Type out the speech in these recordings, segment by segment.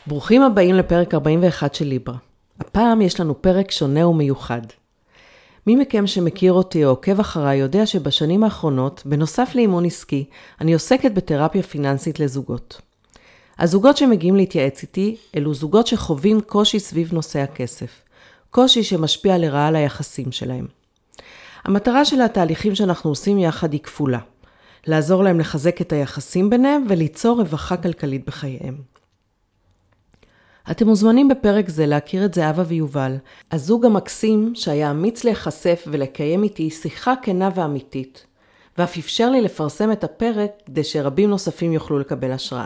ברוכים הבאים לפרק 41 של ליברה. הפעם יש לנו פרק שונה ומיוחד. מי מכם שמכיר אותי או עוקב אחריי יודע שבשנים האחרונות, בנוסף לאימון עסקי, אני עוסקת בתרפיה פיננסית לזוגות. הזוגות שמגיעים להתייעץ איתי, אלו זוגות שחווים קושי סביב נושא הכסף. קושי שמשפיע לרעה על היחסים שלהם. המטרה של התהליכים שאנחנו עושים יחד היא כפולה. לעזור להם לחזק את היחסים ביניהם וליצור רווחה כלכלית בחייהם. אתם מוזמנים בפרק זה להכיר את זהבה ויובל, הזוג המקסים שהיה אמיץ להיחשף ולקיים איתי שיחה כנה ואמיתית, ואף אפשר לי לפרסם את הפרק כדי שרבים נוספים יוכלו לקבל השראה.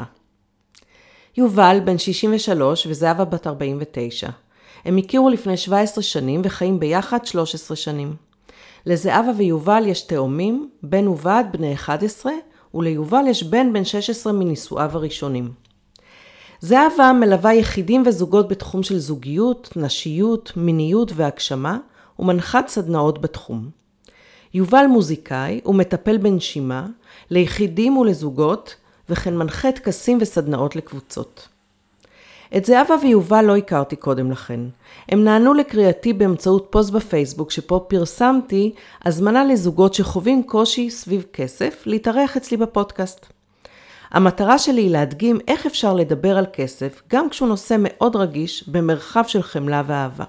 יובל בן 63 וזהבה בת 49. הם הכירו לפני 17 שנים וחיים ביחד 13 שנים. לזהבה ויובל יש תאומים, בן ובת בני 11, וליובל יש בן 16 מנישואיו הראשונים. זהבה מלווה יחידים וזוגות בתחום של זוגיות, נשיות, מיניות והגשמה, ומנחת סדנאות בתחום. יובל מוזיקאי ומטפל בנשימה, ליחידים ולזוגות, וכן מנחה טקסים וסדנאות לקבוצות. את זהבה ויובל לא הכרתי קודם לכן. הם נענו לקריאתי באמצעות פוסט בפייסבוק שפה פרסמתי הזמנה לזוגות שחווים קושי סביב כסף להתארח אצלי בפודקאסט. המטרה שלי היא להדגים איך אפשר לדבר על כסף, גם כשהוא נושא מאוד רגיש במרחב של חמלה ואהבה.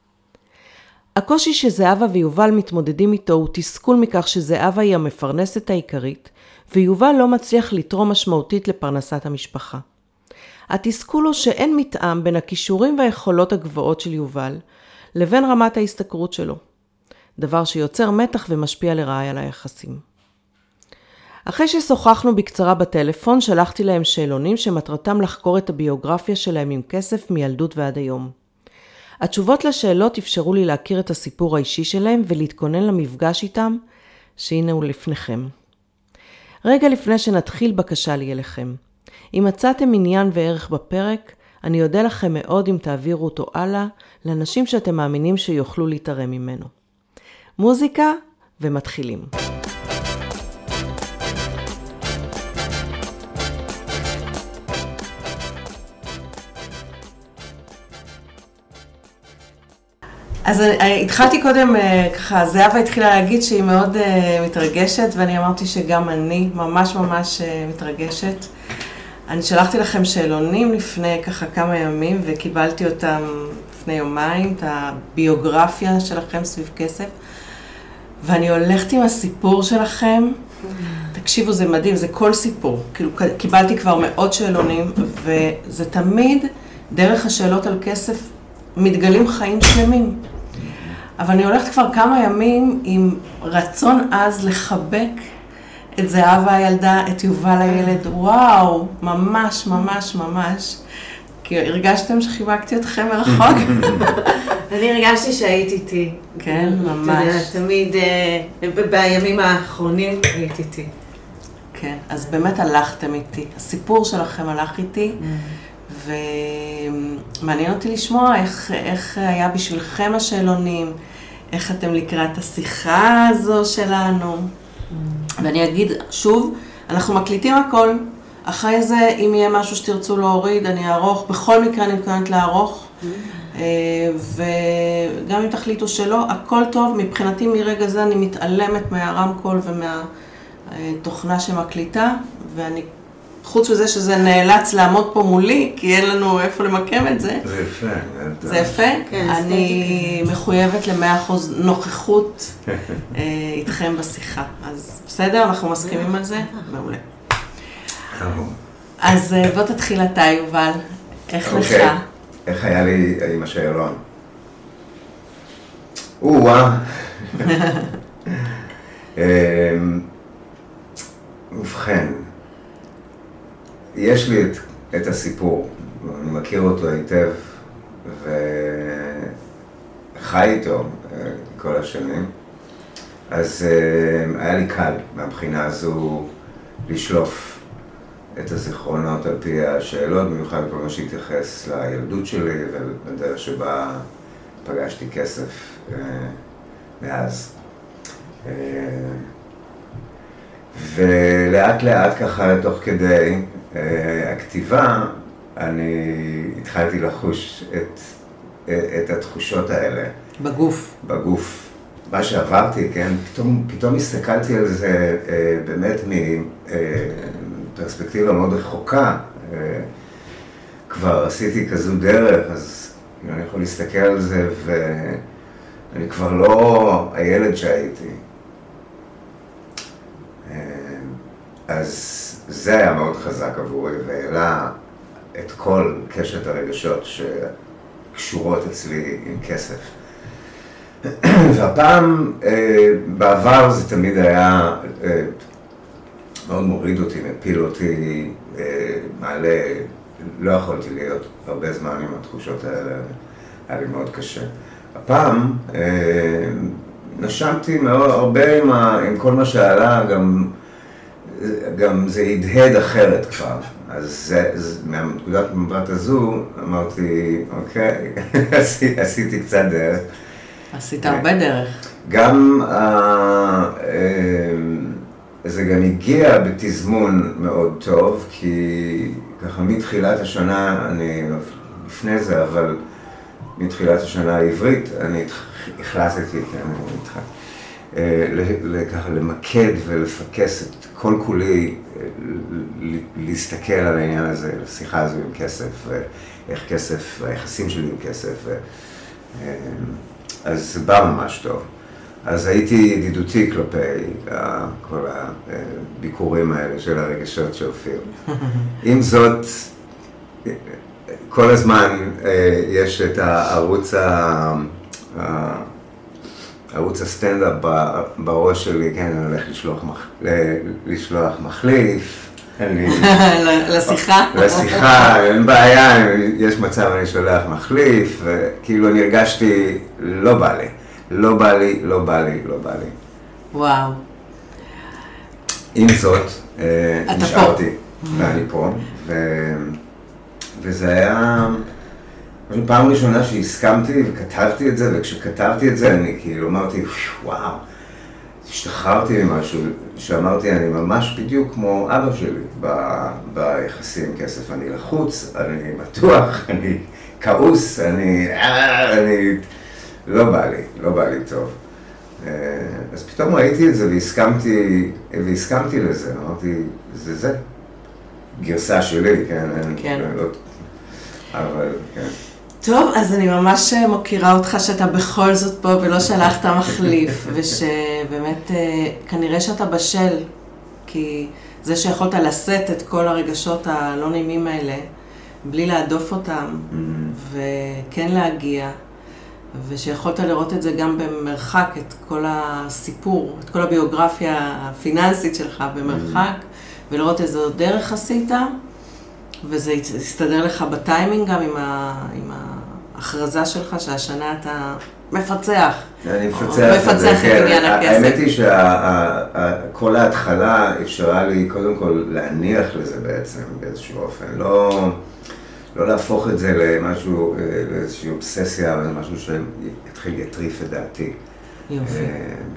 הקושי שזהבה ויובל מתמודדים איתו הוא תסכול מכך שזהבה היא המפרנסת העיקרית, ויובל לא מצליח לתרום משמעותית לפרנסת המשפחה. התסכול הוא שאין מתאם בין הכישורים והיכולות הגבוהות של יובל, לבין רמת ההשתכרות שלו. דבר שיוצר מתח ומשפיע לרעה על היחסים. אחרי ששוחחנו בקצרה בטלפון, שלחתי להם שאלונים שמטרתם לחקור את הביוגרפיה שלהם עם כסף מילדות ועד היום. התשובות לשאלות אפשרו לי להכיר את הסיפור האישי שלהם ולהתכונן למפגש איתם, שהנה הוא לפניכם. רגע לפני שנתחיל בקשה לי אליכם. אם מצאתם עניין וערך בפרק, אני אודה לכם מאוד אם תעבירו אותו הלאה לאנשים שאתם מאמינים שיוכלו להתערם ממנו. מוזיקה ומתחילים. אז התחלתי קודם, ככה, זהבה התחילה להגיד שהיא מאוד מתרגשת, ואני אמרתי שגם אני ממש מתרגשת. אני שלחתי לכם שאלונים לפני ככה כמה ימים, וקיבלתי אותם לפני יומיים, את הביוגרפיה שלכם סביב כסף. ואני הולכת עם הסיפור שלכם, תקשיבו, זה מדהים, זה כל סיפור. כאילו, קיבלתי כבר מאות שאלונים, וזה תמיד דרך השאלות על כסף מתגלים חיים שלמים. אבל אני הולכת כבר כמה ימים עם רצון אז לחבק את זהבה הילדה, את יובל הילד. וואו, ממש. כי הרגשתם שחיבקתי אתכם מרחוק? אני הרגשתי שהיית איתי. כן, ממש. תמיד בימים האחרונים היית איתי. כן, אז באמת הלכתם איתי. הסיפור שלכם הלך איתי. ומעניין אותי לשמוע איך היה בשבילכם השאלונים, איך אתם לקראת השיחה הזו שלנו. ואני אגיד שוב, אנחנו מקליטים הכל. אחרי זה, אם יהיה משהו שתרצו להוריד, אני אערוך. בכל מקרה אני מתכוונת לערוך. וגם אם תחליטו שלא, הכל טוב. מבחינתי מרגע זה אני מתעלמת מהרמקול ומהתוכנה שמקליטה, ואני חוץ מזה שזה נאלץ לעמוד פה מולי, כי אין לנו איפה למקם את זה. זה יפה. זה יפה? כן, אני מחויבת ל100% נוכחות איתכם בשיחה. אז בסדר, אנחנו מסכימים על זה? מעולה. אז בוא תתחיל אתה, יובל. איך לך? איך היה לי עם השאלון? ובכן. יש לי את הסיפור, אני מכיר אותו היטב וחי איתו כל השנים, אז היה לי קל מהבחינה הזו לשלוף את הזיכרונות על פי השאלות, במיוחד כל מה שהתייחס לילדות שלי ולדרך שבה פגשתי כסף מאז. ולאט לאט ככה תוך כדי הכתיבה אני התחלתי לחוש את התחושות האלה. בגוף. מה שעברתי, כן, פתאום הסתכלתי על זה באמת מפרספקטיבה מאוד רחוקה. כבר עשיתי כזו דרך, אז אני יכול להסתכל על זה ואני כבר לא הילד שהייתי. אז זה היה מאוד חזק עבורי והעלה את כל קשת הרגשות שקשורות אצלי עם כסף. והפעם, בעבר זה תמיד היה מאוד מוריד אותי, מפיל אותי, מעלה, לא יכולתי להיות הרבה זמן עם התחושות האלה, היה לי מאוד קשה. הפעם נשמתי מאוד, הרבה עם כל מה שעלה, גם זה הדהד אחרת כבר. אז מהנקודת מבט הזו אמרתי, אוקיי, עשיתי קצת דרך. עשית הרבה דרך. גם, זה גם הגיע בתזמון מאוד טוב, כי ככה מתחילת השנה, אני לפני זה, אבל מתחילת השנה העברית, אני החלטתי, ככה למקד ולפקס את כל כולי, להסתכל על העניין הזה, לשיחה הזו עם כסף, ואיך כסף, היחסים שלי עם כסף, אז זה בא ממש טוב. אז הייתי ידידותי כלפי כל הביקורים האלה של הרגשות שהופיעו. עם זאת, כל הזמן יש את ערוץ הסטנדאפ בראש שלי, כן, אני הולך לשלוח מחליף. לשיחה? לשיחה, אין בעיה, יש מצב אני שולח מחליף, וכאילו אני הרגשתי, לא בא לי. לא בא לי. וואו. עם זאת, נשארתי, ואני פה, וזה היה פעם ראשונה שהסכמתי וכתבתי את זה, וכשכתבתי את זה אני כאילו אמרתי, וואו, השתחררתי ממשהו, שאמרתי, אני ממש בדיוק כמו אבא שלי ביחסים כסף, אני לחוץ, אני מתוח, אני כעוס, אני לא בא לי טוב. אז פתאום ראיתי את זה והסכמתי לזה, אמרתי, זה גרסה שלי, כן? כן. אבל, כן. טוב, אז אני ממש מוקירה אותך שאתה בכל זאת פה ולא שלחת מחליף, ושבאמת כנראה שאתה בשל, כי זה שיכולת לשאת את כל הרגשות הלא נעימים האלה, בלי להדוף אותם, וכן להגיע, ושיכולת לראות את זה גם במרחק, את כל הסיפור, את כל הביוגרפיה הפיננסית שלך במרחק, ולראות איזו דרך עשית, וזה יסתדר לך בטיימינג גם עם ההכרזה שלך שהשנה אתה מפצח. אני מפצח את זה, כן. האמת היא שכל ההתחלה אפשרה לי קודם כל להניח לזה בעצם באיזשהו אופן. לא להפוך את זה למשהו, לאיזושהי אובססיה, אבל משהו שיתחיל יטריף את דעתי. יופי.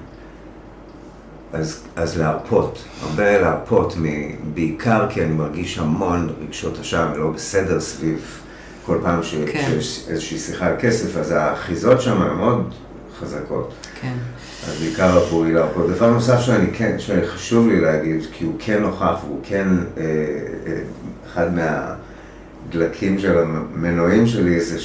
אז להרפות, הרבה להרפות, בעיקר כי אני מרגיש המון רגשות אשם ולא בסדר סביב כל פעם שיש איזושהי שיחה על כסף, אז האחיזות שם הן מאוד חזקות. כן. אז בעיקר עבורי להרפות. דבר נוסף שחשוב לי להגיד, כי הוא כן נוכח והוא כן אחד מהדלקים של המנועים שלי, זה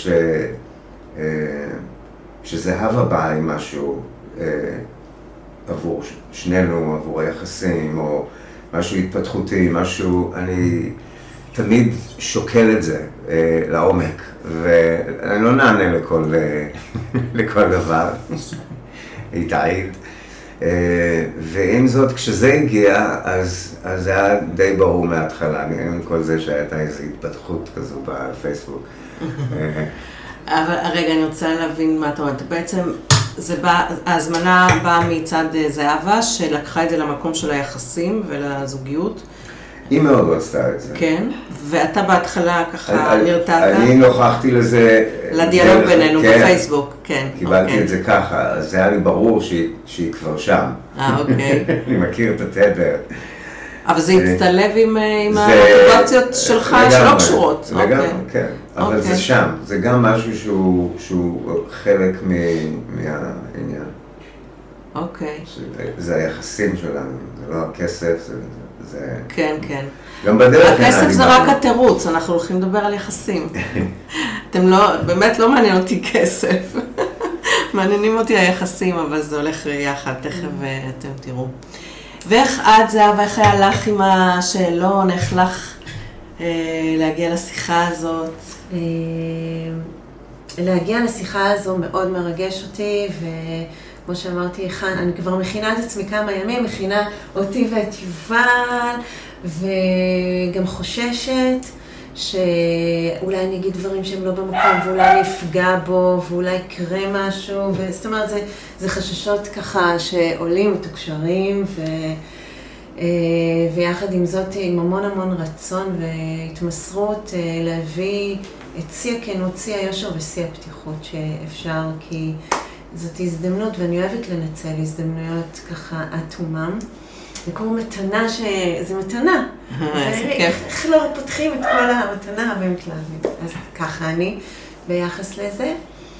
שזהבה באה עם משהו עבור שנינו, עבור היחסים, או משהו התפתחותי, משהו, אני תמיד שוקל את זה לעומק, ואני לא נענה לכל דבר, היא תעיד. ועם זאת, כשזה הגיע, אז זה היה די ברור מההתחלה, עם כל זה שהייתה איזו התפתחות כזו בפייסבוק. אבל רגע, אני רוצה להבין מה אתה אומרת. בעצם ההזמנה באה מצד זהבה, שלקחה את זה למקום של היחסים ולזוגיות. היא מאוד רצתה את זה. כן, ואתה בהתחלה ככה נרתעת. אני נוכחתי לזה. לדיאלוג בינינו בפייסבוק, כן. קיבלתי את זה ככה, אז זה היה לי ברור שהיא כבר שם. אוקיי. אני מכיר את התדר. אבל זה יצטלב עם המוטיבציות שלך שלא קשורות. לגמרי, כן. אבל זה שם, זה גם משהו שהוא חלק מהעניין. אוקיי. זה היחסים שלנו, זה לא הכסף, זה... כן, כן. גם בדרך... הכסף זה רק התירוץ, אנחנו הולכים לדבר על יחסים. אתם לא, באמת לא מעניין אותי כסף. מעניינים אותי היחסים, אבל זה הולך יחד, תכף אתם תראו. ואיך את, זהבה, איך היה לך עם השאלון, איך לך להגיע לשיחה הזאת? להגיע לשיחה הזו מאוד מרגש אותי, וכמו שאמרתי, אני כבר מכינה את עצמי כמה ימים, מכינה אותי ואת יובל, וגם חוששת שאולי אני אגיד דברים שהם לא במקום, ואולי אני אפגע בו, ואולי יקרה משהו, זאת אומרת, זה חששות ככה שעולים, מתוקשרים, ויחד עם זאת, עם המון המון רצון והתמסרות להביא את שיא הכנות, שיא היושר ושיא הפתיחות שאפשר, כי זאת הזדמנות, ואני אוהבת לנצל הזדמנויות ככה עד תומם. זה כמו מתנה, זה מתנה. זה כיף. איך לא פותחים את כל המתנה ומתלהבים. אז ככה אני ביחס לזה.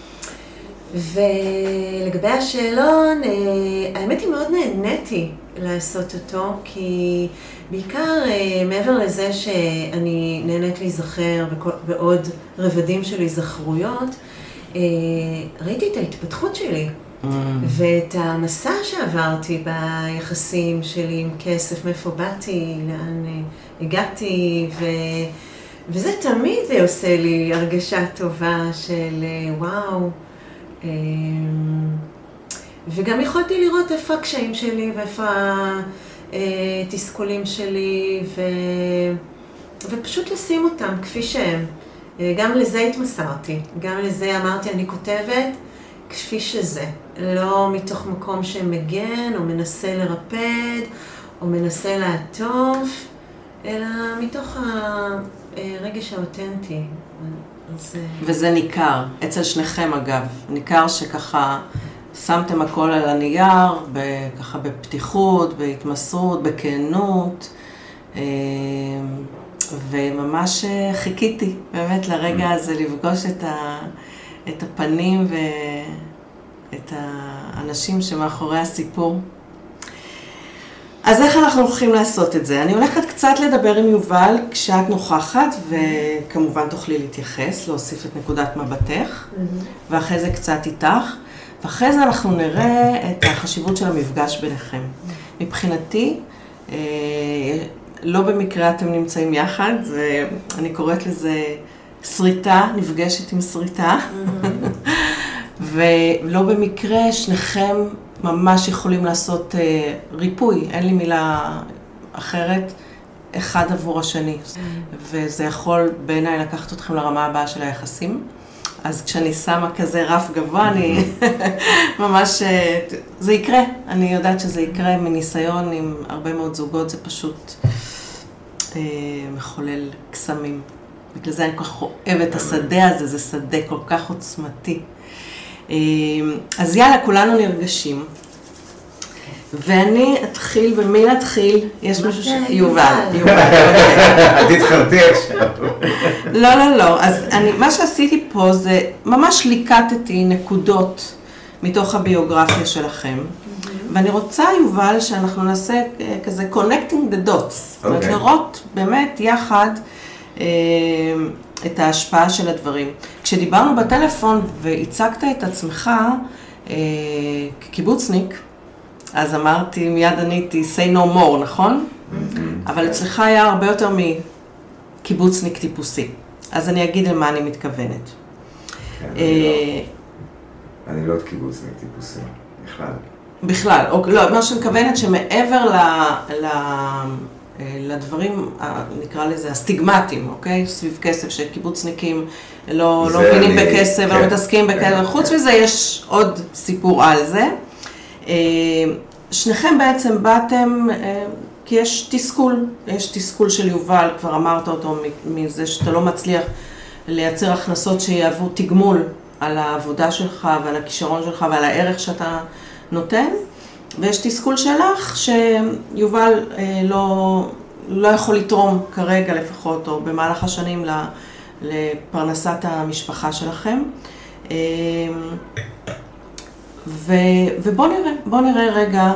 ולגבי השאלון, האמת היא מאוד נהניתי לעשות אותו, כי בעיקר מעבר לזה שאני נהנית להיזכר בעוד רבדים של היזכרויות, ראיתי את ההתפתחות שלי. ואת המסע שעברתי ביחסים שלי עם כסף, מאיפה באתי, לאן הגעתי, וזה תמיד עושה לי הרגשה טובה של וואו. וגם יכולתי לראות איפה הקשיים שלי ואיפה התסכולים שלי, ופשוט לשים אותם כפי שהם. גם לזה התמסרתי, גם לזה אמרתי, אני כותבת כפי שזה, לא מתוך מקום שמגן או מנסה לרפד או מנסה לעטוף, אלא מתוך הרגש האותנטי. וזה ניכר, אצל שניכם אגב, ניכר שככה שמתם הכל על הנייר, ככה בפתיחות, בהתמסרות, בכנות, וממש חיכיתי באמת לרגע הזה לפגוש את הפנים ואת האנשים שמאחורי הסיפור. אז איך אנחנו הולכים לעשות את זה? אני הולכת קצת לדבר עם יובל כשאת נוכחת, וכמובן תוכלי להתייחס, להוסיף את נקודת מבטך, ואחרי זה קצת איתך, ואחרי זה אנחנו נראה את החשיבות של המפגש ביניכם. מבחינתי, לא במקרה אתם נמצאים יחד, ואני קוראת לזה שריטה, נפגשת עם שריטה, ולא במקרה שניכם ממש יכולים לעשות ריפוי, אין לי מילה אחרת, אחד עבור השני. וזה יכול בעיניי לקחת אתכם לרמה הבאה של היחסים. אז כשאני שמה כזה רף גבוה, אני ממש, זה יקרה. אני יודעת שזה יקרה מניסיון עם הרבה מאוד זוגות, זה פשוט מחולל קסמים. בגלל זה אני כל כך אוהבת את השדה הזה, זה שדה כל כך עוצמתי. אז יאללה, כולנו נרגשים. ואני אתחיל, במי נתחיל? יש משהו יובל. את התחלתי עכשיו. לא. אז מה שעשיתי פה זה ממש ליקטתי נקודות מתוך הביוגרפיה שלכם. ואני רוצה, יובל, שאנחנו נעשה כזה connecting the dots. זאת אומרת, לראות באמת יחד את ההשפעה של הדברים. כשדיברנו בטלפון והצגת את עצמך כקיבוצניק, אז אמרתי, מיד עניתי, say no more, נכון? אבל אצלך היה הרבה יותר מקיבוצניק טיפוסי. אז אני אגיד למה אני מתכוונת. אני לא קיבוצניק טיפוסי, בכלל, לא, מה שאני מתכוונת שמעבר לדברים, נקרא לזה, הסטיגמטיים, אוקיי? סביב כסף, שקיבוצניקים לא מבינים בכסף, לא מתעסקים בכסף. חוץ מזה, יש עוד סיפור על זה. שניכם בעצם באתם, כי יש תסכול של יובל, כבר אמרת אותו, מזה שאתה לא מצליח לייצר הכנסות שיהוו תגמול על העבודה שלך ועל הכישרון שלך ועל הערך שאתה נותן. ויש תסכול שלך שיובל לא יכול לתרום כרגע לפחות, או במהלך השנים לפרנסת המשפחה שלכם. ובוא נראה רגע,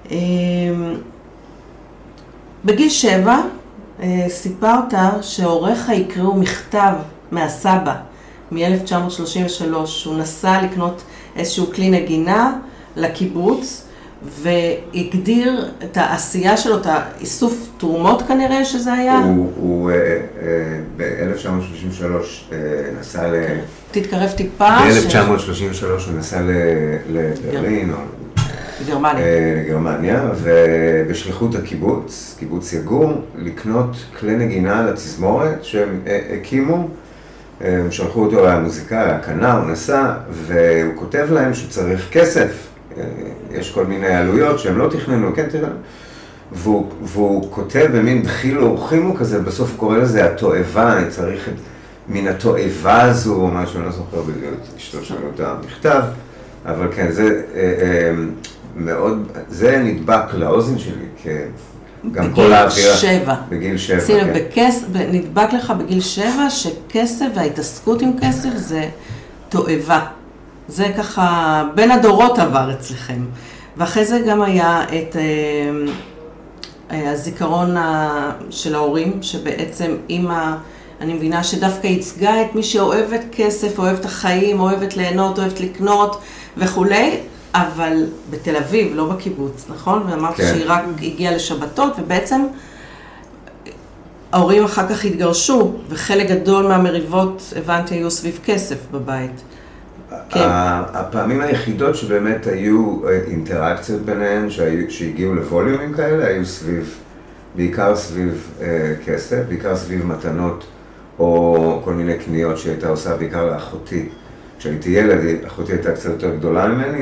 בגיל 7 סיפרת שהוריך יקראו מכתב מהסבא מ-1933, הוא נסע לקנות איזשהו כלי נגינה לקיבוץ, והגדיר את העשייה שלו, את האיסוף תרומות כנראה שזה היה. הוא ב-1933 נסע תתקרב טיפה. ב-1933 הוא נסע לברלין, לגרמניה, ובשליחות הקיבוץ, קיבוץ יגור, לקנות כלי נגינה לתזמורת שהם הקימו. הם שלחו אותו למוזיקה, הכנר, הוא נסע, והוא כותב להם שצריך כסף. יש כל מיני עלויות שהם לא תכננו, כן תראה. והוא כותב במין דחילו ורחימו כזה, בסוף הוא קורא לזה התועבה, אני צריך את מן התועבה הזו, או משהו, אני לא זוכר בדיוק, אשתו שלו את המכתב, אבל כן, זה מאוד, זה נדבק לאוזן שלי, גם כל האווירה. בגיל 7. שימו, נדבק לך בגיל 7 שכסף וההתעסקות עם כסף זה תועבה. זה ככה בין הדורות עבר אצלכם. ואחרי זה גם היה את הזיכרון של ההורים, שבעצם אמא, אני מבינה שדווקא ייצגה את מי שאוהבת כסף, אוהבת החיים, אוהבת ליהנות, אוהבת לקנות וכולי, אבל בתל אביב, לא בקיבוץ, נכון? ואמרת כן. שהיא רק הגיעה לשבתות, ובעצם ההורים אחר כך התגרשו, וחלק גדול מהמריבות, הבנתי, היו סביב כסף בבית. כן. הפעמים היחידות שבאמת היו אינטראקציות ביניהם, שהגיעו לווליומים כאלה, היו סביב, בעיקר סביב כסף, בעיקר סביב מתנות, או כל מיני קניות שהייתה עושה, בעיקר לאחותי. כשהייתי ילד, אחותי הייתה קצת יותר גדולה ממני,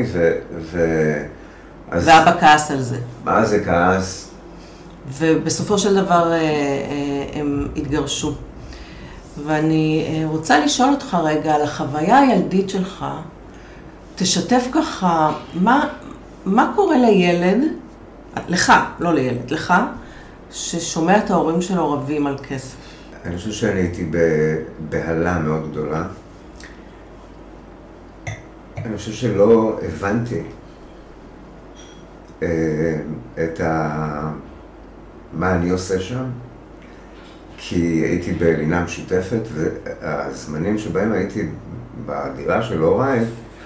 ואבא כעס על זה. מה זה כעס? ובסופו של דבר הם התגרשו. ואני רוצה לשאול אותך רגע על החוויה הילדית שלך. תשתף ככה, מה קורה לילד, לך, לא לילד, לך, ששומע את ההורים שלו רבים על כסף? אני חושב שאני הייתי בהלה מאוד גדולה. אני חושב שלא הבנתי מה אני עושה שם, כי הייתי בלינה משותפת, והזמנים שבהם הייתי בדירה של הוריי,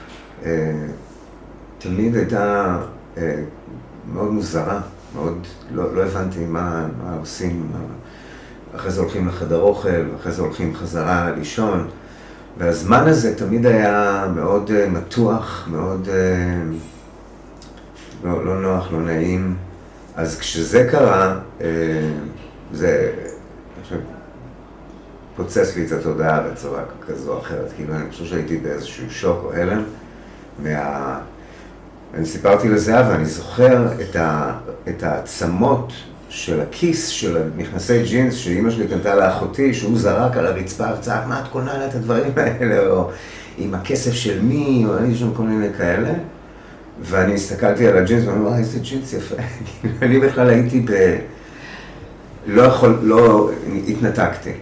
תמיד הייתה מאוד מוזרה, מאוד, לא הבנתי מה עושים, אחרי זה הולכים לחדר אוכל, אחרי זה הולכים חזרה לישון, והזמן הזה תמיד היה מאוד מתוח, מאוד לא נוח, לא נעים. אז כשזה קרה, זה פוצץ לי את התודעה בצורה כזו או אחרת. כאילו אני חושב שהייתי באיזשהו שוק או הלם. אני סיפרתי לזהב ואני זוכר את העצמות של הכיס של מכנסי ג'ינס שאמא שלי קנתה לאחותי, שהוא זרק על הרצפה וצעק, מה את קונה לה את הדברים האלה, או עם הכסף של מי, או אני שם כל מיני כאלה. ואני הסתכלתי על הג'ינס ואני אומר, איזה ג'ינס יפה. אני בכלל הייתי התנתקתי.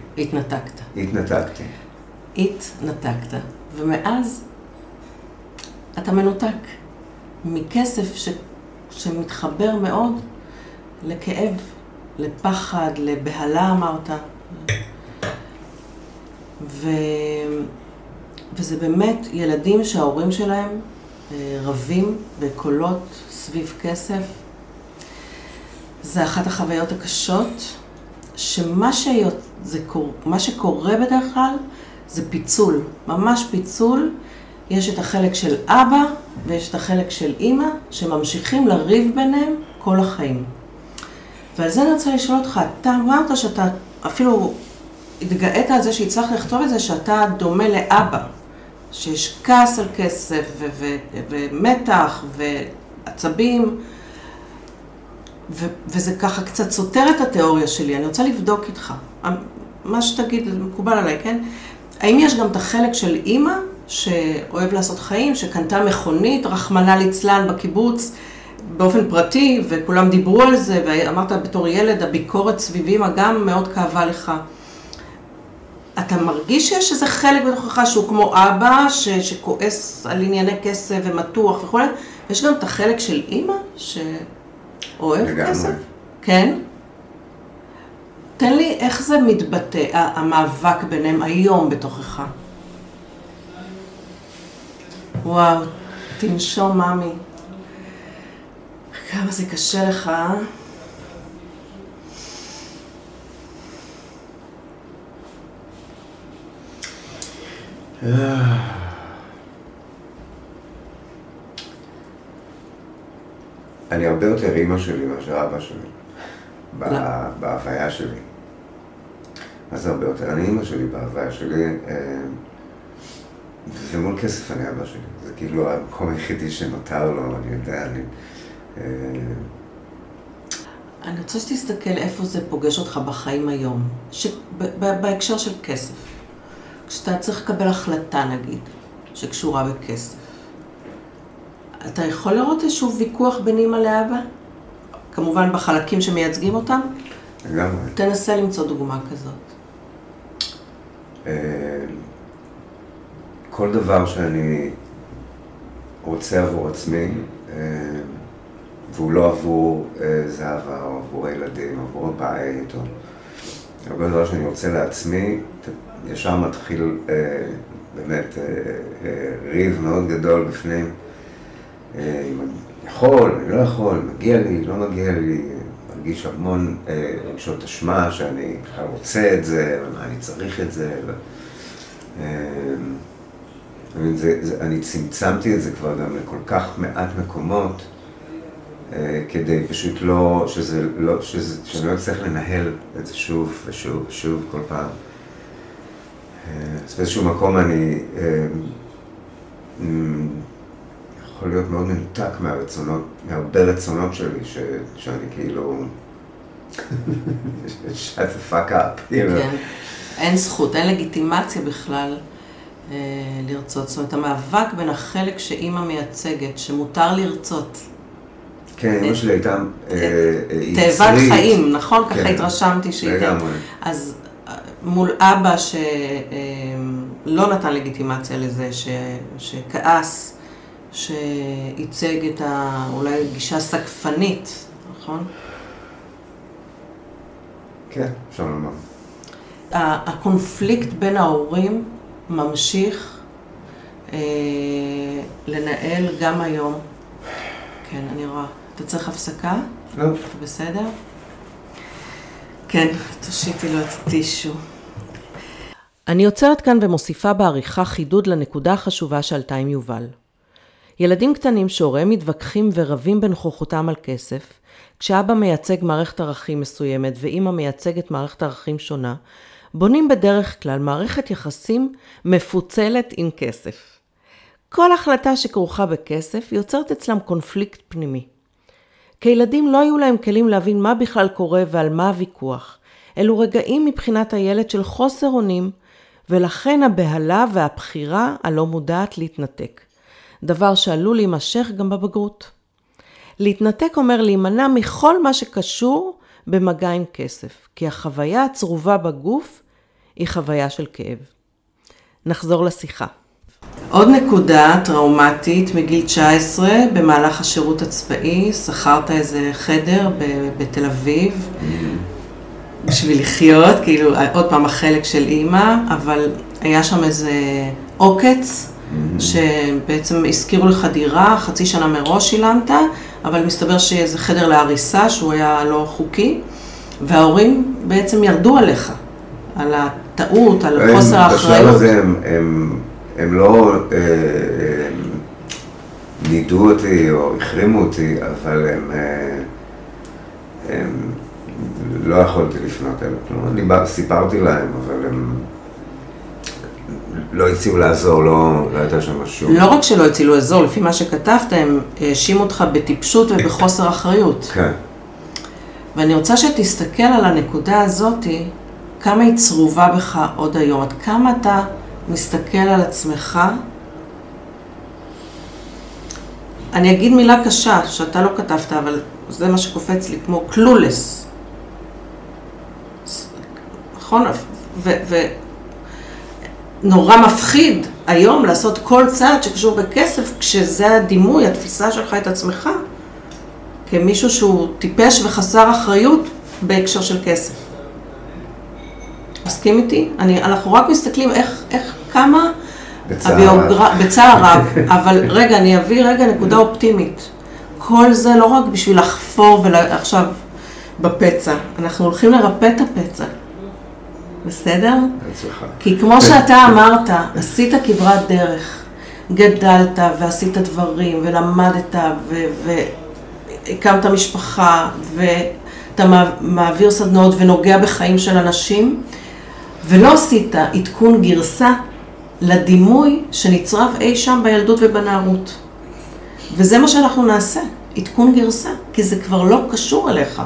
התנתקת. ומאז אתה מנותק מכסף שמתחבר מאוד לכאב, לפחד, לבהלה אמרת. וזה באמת ילדים שההורים שלהם רבים בקולות סביב כסף. זה אחת החוויות הקשות, שמה שקורה בדרך כלל זה פיצול, ממש פיצול. יש את החלק של אבא ויש את החלק של אמא שממשיכים לריב ביניהם כל החיים. ועל זה אני רוצה לשאול אותך, אתה אמרת שאתה אפילו התגאית על זה שהצלחת לכתוב את זה, שאתה דומה לאבא, שיש כעס על כסף ומתח ועצבים, וזה ככה קצת סותר את התיאוריה שלי. אני רוצה לבדוק איתך, מה שתגיד, זה מקובל עליי, כן? האם יש גם את החלק של אמא שאוהב לעשות חיים, שקנתה מכונית, רחמנא ליצלן בקיבוץ, באופן פרטי, וכולם דיברו על זה, ואמרת בתור ילד, הביקורת סביבי גם מאוד כאבה לך. אתה מרגיש שיש איזה חלק בתוכך שהוא כמו אבא, שכועס על ענייני כסף ומתוח וכו'. יש גם את החלק של אמא שאוהב כסף? כן. תן לי איך זה מתבטא, המאבק ביניהם היום בתוכך. וואו, תנשום ממי. כמה זה קשה לך, אני הרבה יותר אמא שלי מאשר אבא שלי, בהוויה שלי. אז הרבה יותר, אני אמא שלי בהוויה שלי, ומול כסף אני אבא שלי. זה כאילו המקום היחידי שנותר לו, אני יודע, אני רוצה שתסתכל איפה זה פוגש אותך בחיים היום, בהקשר של כסף. כשאתה צריך לקבל החלטה, נגיד, שקשורה בכסף. אתה יכול לראות איזשהו ויכוח בין אמא לאבא? כמובן בחלקים שמייצגים אותם? לגמרי. תנסה למצוא דוגמה כזאת. כל דבר שאני רוצה עבור עצמי, והוא לא עבור זהבה או עבור הילדים, או עבור הבית, או הרבה דבר שאני רוצה לעצמי, ישר מתחיל באמת ריב מאוד גדול בפנים. אם אני יכול, אני לא יכול, מגיע לי, לא מגיע לי, מרגיש המון רגשות אשמה שאני בכלל רוצה את זה, ומה אני צריך את זה. אני צמצמתי את זה כבר גם לכל כך מעט מקומות, כדי פשוט לא, שאני לא אצטרך לנהל את זה שוב ושוב ושוב כל פעם. אז באיזשהו מקום אני יכול להיות מאוד מנותק מהרצונות, מהרבה רצונות שלי, שאני כאילו shut the fuck up. כן, אין זכות, אין לגיטימציה בכלל לרצות. זאת אומרת, המאבק בין החלק שאימא מייצגת, שמותר לרצות. כן, אמא שלי הייתה תאבת חיים, נכון? ככה התרשמתי שהייתה. אז מול אבא שלא נתן לגיטימציה לזה, שכעס, שייצג את אולי גישה סקפנית, נכון? כן, אפשר לומר. הקונפליקט בין ההורים ממשיך לנהל גם היום. כן, אני רואה. אתה צריך הפסקה? לא. אתה בסדר? כן, תושיטי לו את הטישו. אני עוצרת כאן ומוסיפה בעריכה חידוד לנקודה החשובה שעלתה עם יובל. ילדים קטנים שהוריהם מתווכחים ורבים בנוכחותם על כסף, כשאבא מייצג מערכת ערכים מסוימת ואמא מייצגת מערכת ערכים שונה, בונים בדרך כלל מערכת יחסים מפוצלת עם כסף. כל החלטה שכרוכה בכסף יוצרת אצלם קונפליקט פנימי. כילדים לא היו להם כלים להבין מה בכלל קורה ועל מה הוויכוח. אלו רגעים מבחינת הילד של חוסר אונים, ולכן הבהלה והבחירה הלא מודעת להתנתק. דבר שעלול להימשך גם בבגרות. להתנתק אומר להימנע מכל מה שקשור במגע עם כסף, כי החוויה הצרובה בגוף היא חוויה של כאב. נחזור לשיחה. עוד נקודה טראומטית מגיל 19, במהלך השירות הצבאי, שכרת איזה חדר בתל אביב, בשביל לחיות, כאילו עוד פעם החלק של אימא, אבל היה שם איזה עוקץ, שבעצם הזכירו לך דירה, חצי שנה מראש שילמת, אבל מסתבר שאיזה חדר להריסה שהוא היה לא חוקי, וההורים בעצם ירדו עליך, על הטעות, על חוסר האחריות. בשלב הזה הם לא נידו אותי או החרימו אותי, אבל הם לא יכולתי לפנות אליהם. אני סיפרתי להם, אבל הם לא הציעו לעזור, לא הייתה שם משהו. לא רק שלא הציעו לעזור, לפי מה שכתבת, הם האשימו אותך בטיפשות ובחוסר אחריות. כן. ואני רוצה שתסתכל על הנקודה הזאת, כמה היא צרובה בך עוד היום, עד כמה אתה מסתכל על עצמך אני אגיד מילה קשה שאתה לא כתבת, אבל זה מה שקופץ לי, כמו clueless. נכון? ונורא מפחיד היום לעשות כל צעד שקשור בכסף, כשזה הדימוי, התפיסה שלך את עצמך, כמישהו שהוא טיפש וחסר אחריות בהקשר של כסף. מסכים איתי? אנחנו רק מסתכלים איך כמה בצער רב, אבל רגע, אני אביא נקודה אופטימית. כל זה לא רק בשביל לחפור ועכשיו בפצע, אנחנו הולכים לרפא את הפצע. בסדר? כי כמו שאתה אמרת, עשית כברת דרך, גדלת ועשית דברים ולמדת והקמת משפחה ואתה מעביר סדנאות ונוגע בחיים של אנשים, ולא עשית עדכון גרסה לדימוי שנצרב אי שם בילדות ובנערות. וזה מה שאנחנו נעשה, עדכון גרסה, כי זה כבר לא קשור אליך.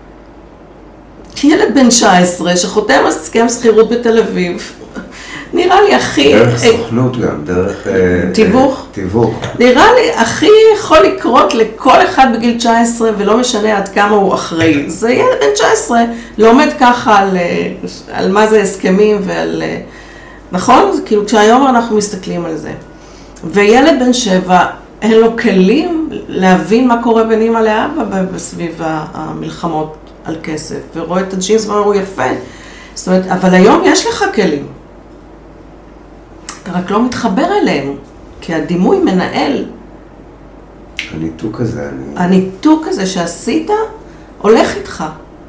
ילד בן 19 שחותם על הסכם שכירות בתל אביב, נראה לי הכי... דרך סוכנות גם, דרך... תיווך. תיווך. נראה לי הכי יכול לקרות לכל אחד בגיל 19, ולא משנה עד כמה הוא אחראי. זה ילד בן 19, לומד ככה על מה זה הסכמים ועל... נכון? כאילו כשהיום אנחנו מסתכלים על זה. וילד בן 7, אין לו כלים להבין מה קורה בין אמא לאבא בסביב המלחמות על כסף, ורואה את הג'ינס ואומר, הוא יפה. זאת אומרת, אבל היום יש לך כלים. אתה רק לא מתחבר אליהם, כי הדימוי מנהל. הניתוק הזה, הניתוק הזה שעשית, הולך איתך.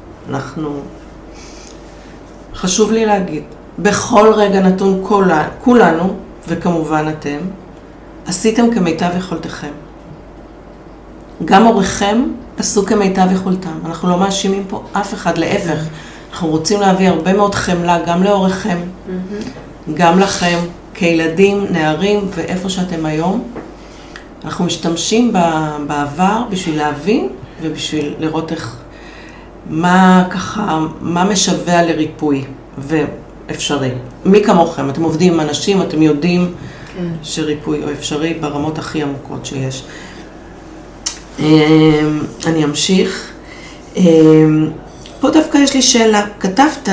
חשוב לי להגיד, בכל רגע נתון כולנו, וכמובן אתם, עשיתם כמיטב יכולתכם. גם הוריכם עשו כמיטב יכולתם. אנחנו לא מאשימים פה אף אחד, להפך. אנחנו רוצים להביא הרבה מאוד חמלה, גם להוריכם, גם לכם, כילדים, נערים, ואיפה שאתם היום. אנחנו משתמשים בעבר בשביל להבין, ובשביל לראות מה משווה לריפוי, ואפשרי. מי כמוכם? אתם עובדים עם אנשים, אתם יודעים שריפוי הוא אפשרי ברמות הכי עמוקות שיש. אני אמשיך. פה דווקא יש לי שאלה. כתבת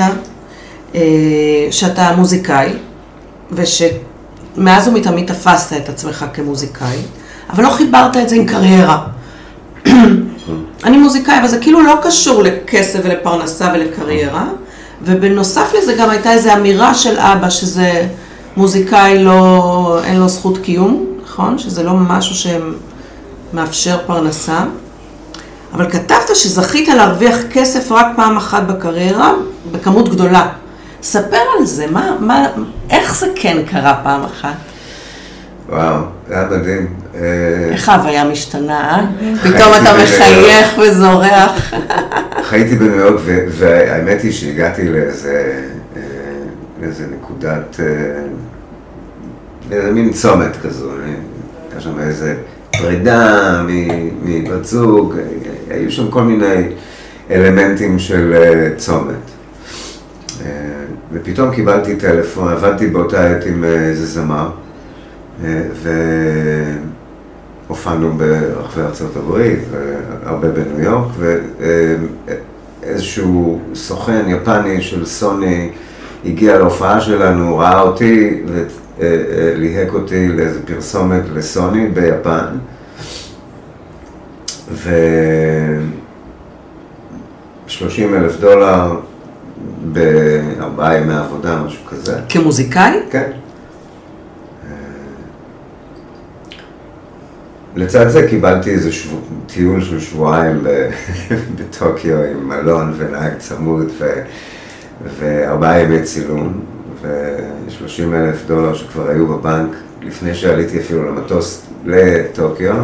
שאתה מוזיקאי, ושמאז ומתמיד תפסת את עצמך כמוזיקאי, אבל לא חיברת את זה עם קריירה. אני מוזיקאי, אבל זה כאילו לא קשור לכסף ולפרנסה ולקריירה, ובנוסף לזה גם הייתה איזו אמירה של אבא, שזה מוזיקאי אין לו זכות קיום, נכון? שזה לא משהו שמאפשר פרנסה. אבל כתבת שזכית להרוויח כסף רק פעם אחת בקריירה, בכמות גדולה. ספר על זה, איך זה כן קרה פעם אחת? וואו, זה היה מדהים. איך ההוויה משתנה, פתאום אתה מחייך וזורח. חייתי בניו יורק, והאמת היא שהגעתי לאיזה נקודת, לאיזה מין צומת כזו. היה שם איזה פרידה מבת זוג, היו שם כל מיני אלמנטים של צומת. ופתאום קיבלתי טלפון, עבדתי באותה עת עם איזה זמר, והופענו ברחבי ארצות הברית, והרבה בניו יורק, ואיזשהו סוכן יפני של סוני הגיע להופעה שלנו, ראה אותי וליהק אותי לאיזו פרסומת לסוני ביפן, $30,000 ב4 ימי עבודה, משהו כזה. כמוזיקאי? כן. לצד זה קיבלתי איזה טיול של שבועיים בטוקיו עם מלון ונהג צמוד ו4 ימי צילום ו$30,000 שכבר היו בבנק לפני שעליתי אפילו למטוס לטוקיו.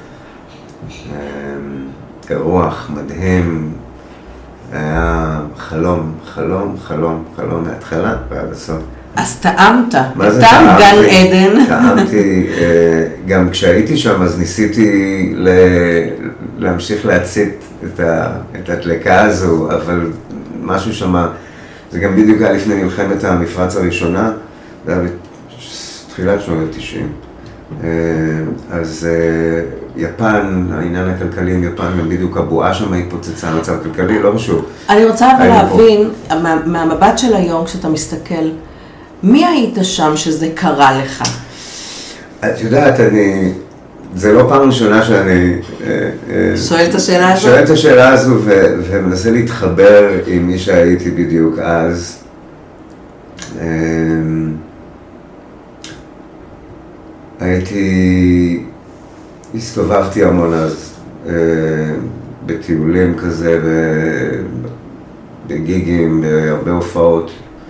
אירוח מדהים, היה חלום מההתחלה ועד הסוף. אז טעמת, מה זה טעם גן עדן. טעמתי, גם כשהייתי שם אז ניסיתי להמשיך להצית את הדלקה הזו, אבל משהו שם, זה גם בדיוק היה לפני מלחמת המפרץ הראשונה, זה היה בתחילת שנות ה-90, אז יפן, העניין הכלכלי עם יפן, גם בדיוק הבועה שם התפוצצה, מצב כלכלי, לא חשוב. אני רוצה אבל להבין, מהמבט של היום, כשאתה מסתכל, מי היית שם שזה קרה לך? את יודעת, זה לא פעם ראשונה שאני שואל את השאלה הזו? שואל את השאלה הזו ומנסה להתחבר עם מי שהייתי בדיוק אז. הסתובבתי המון אז בטיולים כזה, בגיגים, בהרבה הופעות.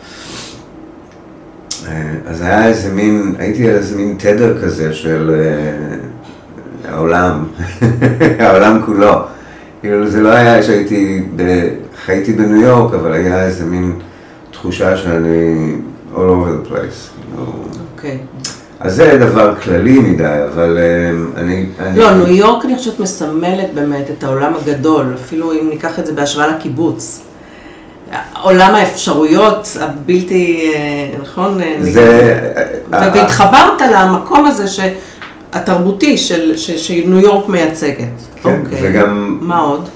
אז הייתי איזה מין תדר כזה של העולם, העולם כולו. כאילו זה לא היה חייתי בניו יורק, אבל היה איזה מין תחושה שאני all over the place. אוקיי. אז זה דבר כללי מדי, אבל לא, ניו יורק אני חושבת מסמלת באמת את העולם הגדול, אפילו אם ניקח את זה בהשוואה לקיבוץ. עולם האפשרויות הבלתי, נכון? והתחברת למקום הזה התרבותי שניו יורק מייצגת. כן, וגם... מה עוד?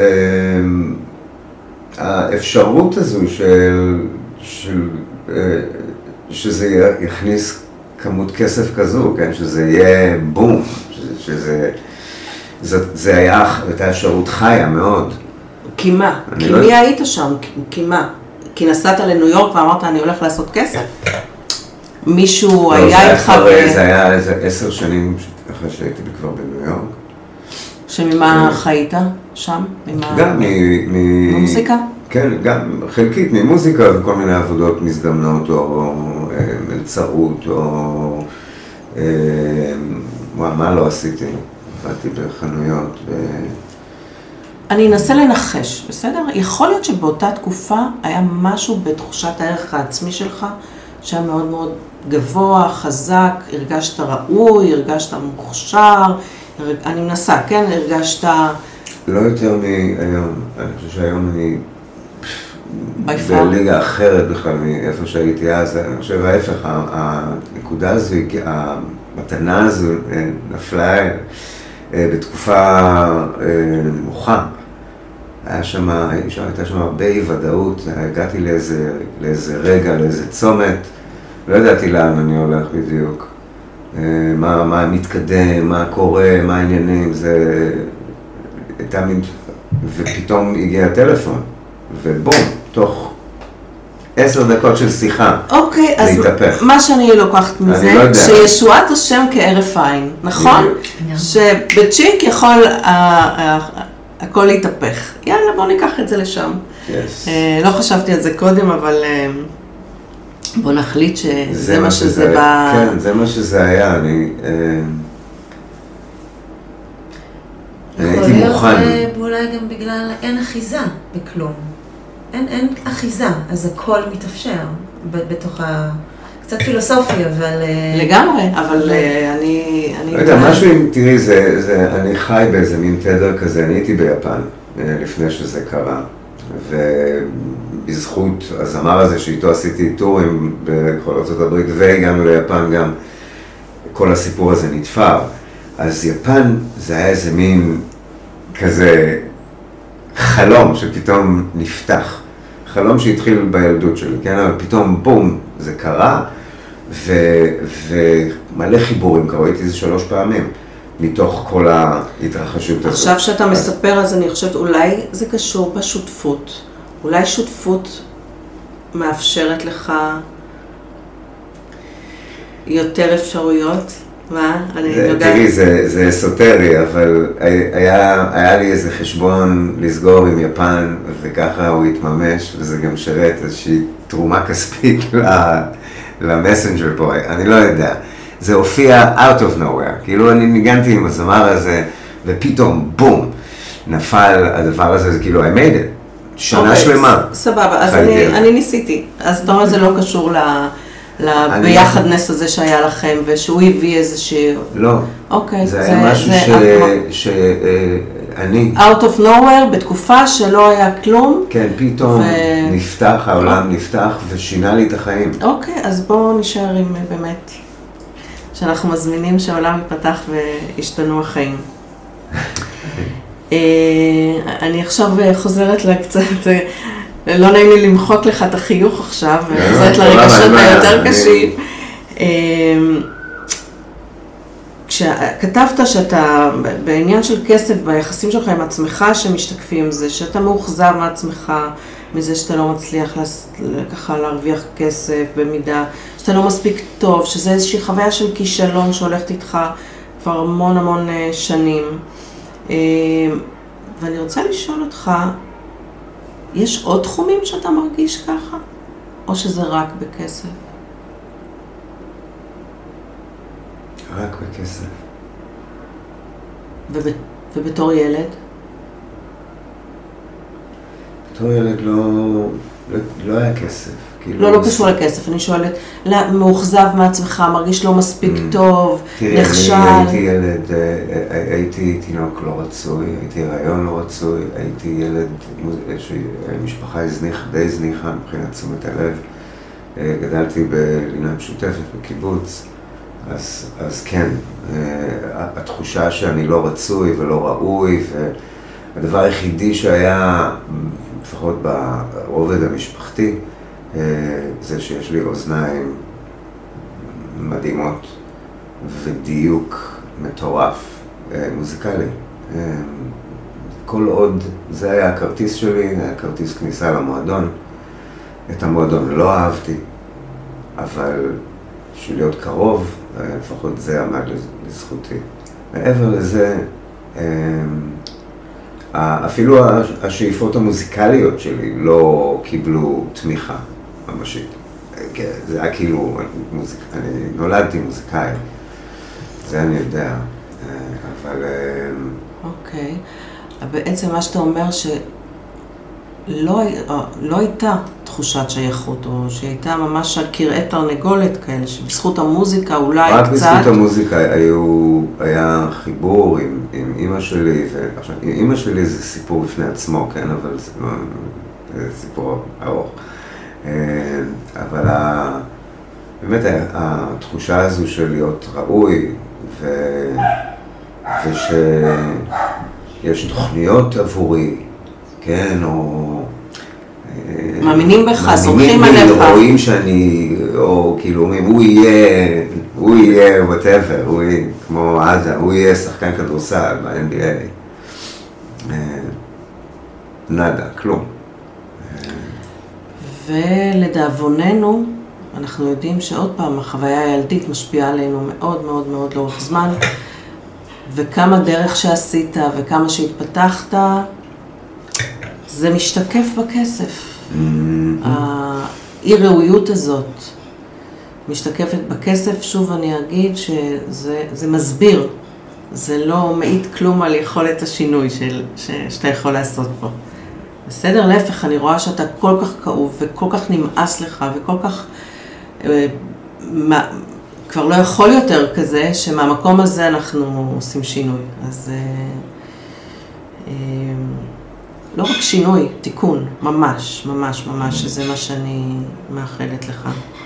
האפשרות הזו שזה יכניס כמות כסף כזו, כן? שזה יהיה בום, זה הייתה אפשרות חיה מאוד. כי מה? כי מי היית שם? כי מה? כי נסעת לניו יורק ואמרת אני הולך לעשות כסף? מישהו היה איתך זה היה איזה 10 שנים אחרי שהייתי כבר בניו יורק. שממה חיית שם? גם ממוזיקה? כן, גם חלקית ממוזיקה וכל מיני עבודות מזדמנות או מלצרות או מה לא עשיתי, עבדתי בחנויות אני אנסה לנחש, בסדר? יכול להיות שבאותה תקופה היה משהו בתחושת הערך העצמי שלך שהיה מאוד מאוד גבוה, חזק, הרגשת ראוי, הרגשת מוכשר, אני מנסה, כן? הרגשת... לא יותר מהיום, אני חושב שהיום אני בליגה אחרת בכלל מאיפה שהייתי אז, אני חושב ההפך, הנקודה הזו, המתנה הזו נפלה בתקופה נמוכה. הייתה שם הרבה אי ודאות, הגעתי לאיזה רגע, לאיזה צומת, לא ידעתי לאן אני הולך בדיוק, מה מתקדם, מה קורה, מה העניינים, ופתאום הגיע הטלפון, ובום, תוך 10 דקות של שיחה, אוקיי, אז מה שאני לוקחת מזה, שישועת השם כערף עין, נכון? שבצ'יק יכול הכל להתהפך. יאללה, בוא ניקח את זה לשם. לא חשבתי על זה קודם, אבל בוא נחליט שזה מה שזה בא... כן, זה מה שזה היה, אני הייתי מוכן. ואולי גם בגלל אין אחיזה בכלום. אין אחיזה, אז הכל מתאפשר בתוך קצת פילוסופי, אבל... לגמרי, אבל אני... לא יודע, משהו אם, תראי, אני חי באיזה מין תדר כזה, אני הייתי ביפן לפני שזה קרה, ובזכות הזמר הזה שאיתו עשיתי טורים בכל ארצות הברית, והגענו ליפן גם, כל הסיפור הזה נתפר. אז יפן זה היה איזה מין כזה חלום שפתאום נפתח. חלום שהתחיל בילדות שלי, כן? אבל פתאום בום, זה קרה, ומלא חיבורים קרו, הייתי איזה 3 פעמים, מתוך כל ההתרחשות הזאת. עכשיו שאתה מספר, אז אני חושבת, אולי זה קשור בשותפות. אולי שותפות מאפשרת לך יותר אפשרויות? מה? תראי, זה אסוטרי, אבל היה לי איזה חשבון לסגור עם יפן, וככה הוא התממש, וזה גם שרת איזושהי תרומה כספית למסנג'ר בוי, אני לא יודע. זה הופיע out of nowhere, כאילו אני ניגנתי עם הזמר הזה, ופתאום בום, נפל הדבר הזה, זה כאילו I made it, שנה שלמה. סבבה, אז אני ניסיתי, אז אתה אומר זה לא קשור ביחדנס הזה שהיה לכם, ושהוא הביא איזשהו... לא, אוקיי, זה היה משהו שאני... out of nowhere, בתקופה שלא היה כלום. כן, פתאום נפתח, העולם נפתח ושינה לי את החיים. אוקיי, אז בואו נשאר עם באמת. שאנחנו מזמינים שהעולם ייפתח וישתנו החיים. אני עכשיו חוזרת לה קצת, לא נעים לי למחוק לך את החיוך עכשיו, וחוזרת לרגשות היותר קשים. כשכתבת שאתה בעניין של כסף, ביחסים שלך עם עצמך שמשתקפים, זה שאתה מאוכזב מעצמך, מזה שאתה לא מצליח ככה להרוויח כסף במידה, שאתה לא מספיק טוב, שזה איזושהי חוויה של כישלון שהולכת איתך כבר המון שנים. ואני רוצה לשאול אותך, יש עוד תחומים שאתה מרגיש ככה? או שזה רק בכסף? רק בכסף. ובתור ילד? בתור ילד לא היה כסף. לא קשור לכסף, אני שואלת, מאוכזב מעצמך, מרגיש לא מספיק טוב, נכשל? הייתי תינוק לא רצוי, הייתי הריון לא רצוי, הייתי ילד שמשפחה די זניחה מבחינת תשומת הלב, גדלתי בלינה משותפת בקיבוץ, אז כן, התחושה שאני לא רצוי ולא ראוי, והדבר היחידי שהיה, לפחות ברובד המשפחתי, זה שיש לי אוזניים מדהימות ודיוק מטורף, מוזיקלי. כל עוד זה היה הכרטיס שלי, היה כרטיס כניסה למועדון. את המועדון לא אהבתי, אבל בשביל להיות קרוב, לפחות זה עמד לזכותי. מעבר לזה, אפילו השאיפות המוזיקליות שלי לא קיבלו תמיכה ממשית. זה היה כאילו, אני נולדתי מוזיקאי, זה אני יודע, אבל... אוקיי, בעצם מה שאתה אומר שלא הייתה תחושת שייכות, או שהייתה ממש על קרעי תרנגולת כאלה, שבזכות המוזיקה אולי רק קצת... רק בזכות המוזיקה היה חיבור עם אמא שלי, ועכשיו, עם אמא שלי זה סיפור בפני עצמו, כן, אבל זה לא... זה סיפור ארוך. אבל באמת התחושה הזו של להיות ראוי, ושיש תוכניות עבורי, כן, או... מאמינים בך, סומכים עליך. רואים שאני, או כאילו אומרים, הוא יהיה whatever, הוא יהיה כמו עזה, הוא יהיה שחקן כדורסל ב-NBA. נדה, כלום. ולדאבוננו, אנחנו יודעים שעוד פעם החוויה הילדית משפיעה עלינו מאוד מאוד מאוד לאורך זמן, וכמה דרך שעשית וכמה שהתפתחת, זה משתקף בכסף. האי ראויות הזאת משתקפת בכסף. שוב אני אגיד שזה מסביר, זה לא מעיד כלום על יכולת השינוי שאתה יכול לעשות פה. בסדר, להפך, אני רואה שאתה כל כך כאוב וכל כך נמאס לך וכל כך כבר לא יכול יותר כזה, שמהמקום הזה אנחנו עושים שינוי. אז לא רק שינוי, תיקון, ממש, ממש, ממש, שזה מה שאני מאחלת לך.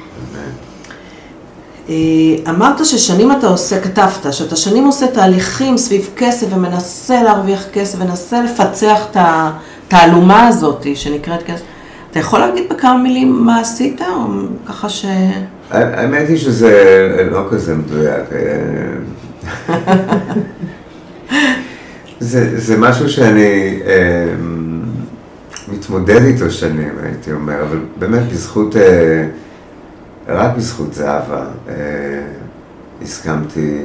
אמרת ששנים אתה עושה, כתבת, שאתה שנים עושה תהליכים סביב כסף ומנסה להרוויח כסף ומנסה לפצח את התעלומה הזאת שנקראת כסף. אתה יכול להגיד בכמה מילים מה עשית, או ככה ש... האמת היא שזה לא כזה מדויק. זה משהו שאני מתמודד איתו שנים, הייתי אומר, אבל באמת בזכות, רק בזכות זהבה, הסכמתי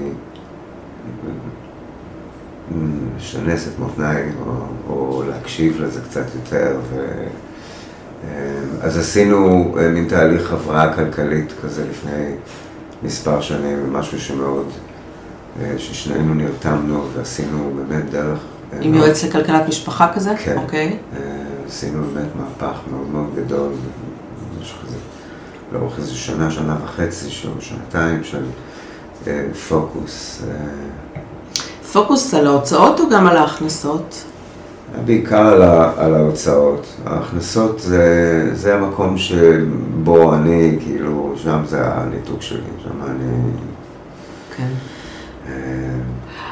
לשנס את מותניי, או להקשיב לזה קצת יותר, אז עשינו מין תהליך הבראה כלכלית כזה לפני מספר שנים, משהו שמאוד, ששנינו נרתמנו ועשינו באמת דרך... עם יועץ לכלכלת משפחה כזה? כן. אוקיי. עשינו באמת מהפך מאוד מאוד גדול, משהו כזה, לאורך איזה שנה, שנה וחצי, שנתיים של פוקוס. פוקוס על ההוצאות או גם על ההכנסות? בעיקר על ההוצאות. ההכנסות זה המקום שבו אני, כאילו, שם זה הניתוק שלי, שם אני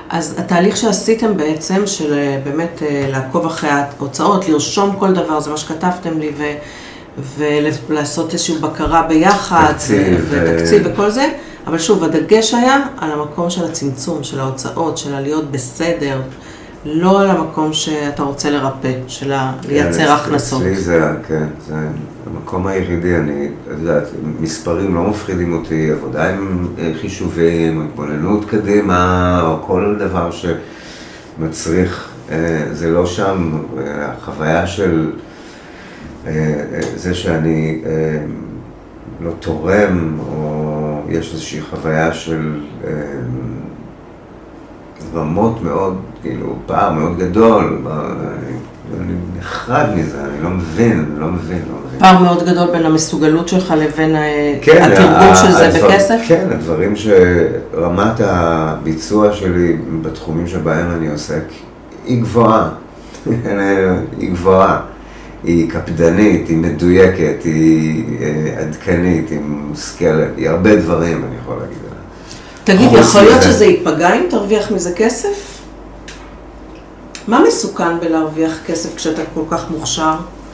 אז התהליך שעשיתם בעצם, של באמת לעקוב אחרי ההוצאות, לרשום כל דבר, זה מה שכתבתם לי, ולעשות איזושהי בקרה ביחד, ותקציב וכל זה, אבל שוב, הדגש היה על המקום של הצמצום, של ההוצאות, של להיות בסדר, לא על המקום שאתה רוצה לרפא, של לייצר הכנסות. אצלי זה, כן, זה המקום היחידי, אני יודעת, מספרים לא מפחידים אותי, עבודה עם חישובים, התבוננות קדימה, או כל דבר שמצריך, זה לא שם, החוויה של זה שאני לא תורם, או יש איזושהי חוויה של רמות מאוד, כאילו, פער מאוד גדול, אני נחרד מזה, אני לא מבין. פער מאוד גדול בין המסוגלות שלך לבין התרגום של זה בכסף? כן, הדברים שרמת הביצוע שלי בתחומים שבהם אני עוסק, היא גבוהה. היא גבוהה. היא קפדנית, היא מדויקת, היא עדכנית, היא מושכלת, היא הרבה דברים, אני יכול להגיד עליה. תגיד, יכול להיות שזה ייפגע אם תרוויח מזה כסף? מה מסוכן בלהרוויח כסף כשאתה כל כך מוכשר?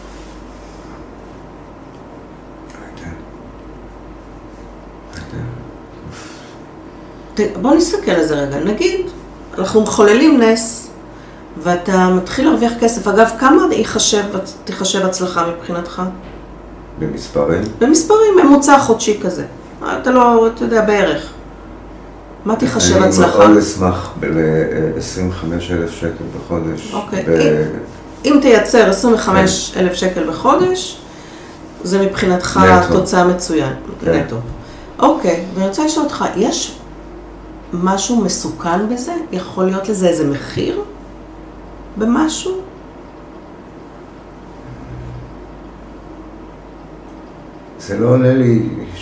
בוא נסתכל על זה רגע. נגיד, אנחנו מחוללים נס, ואתה מתחיל להרוויח כסף. אגב, כמה תיחשב הצלחה מבחינתך? במספרים? במספרים, ממוצע חודשי כזה. אתה יודע, בערך. מה תיחשב הצלחה? אני מאוד אשמח ל-25,000 שקל בחודש. אוקיי. אם תייצר 25,000 שקל בחודש, זה מבחינתך תוצאה מצוין. נטו. אוקיי, ואני רוצה לשאול אותך, יש משהו מסוכן בזה? יכול להיות לזה איזה מחיר? במשהו? זה לא עולה לי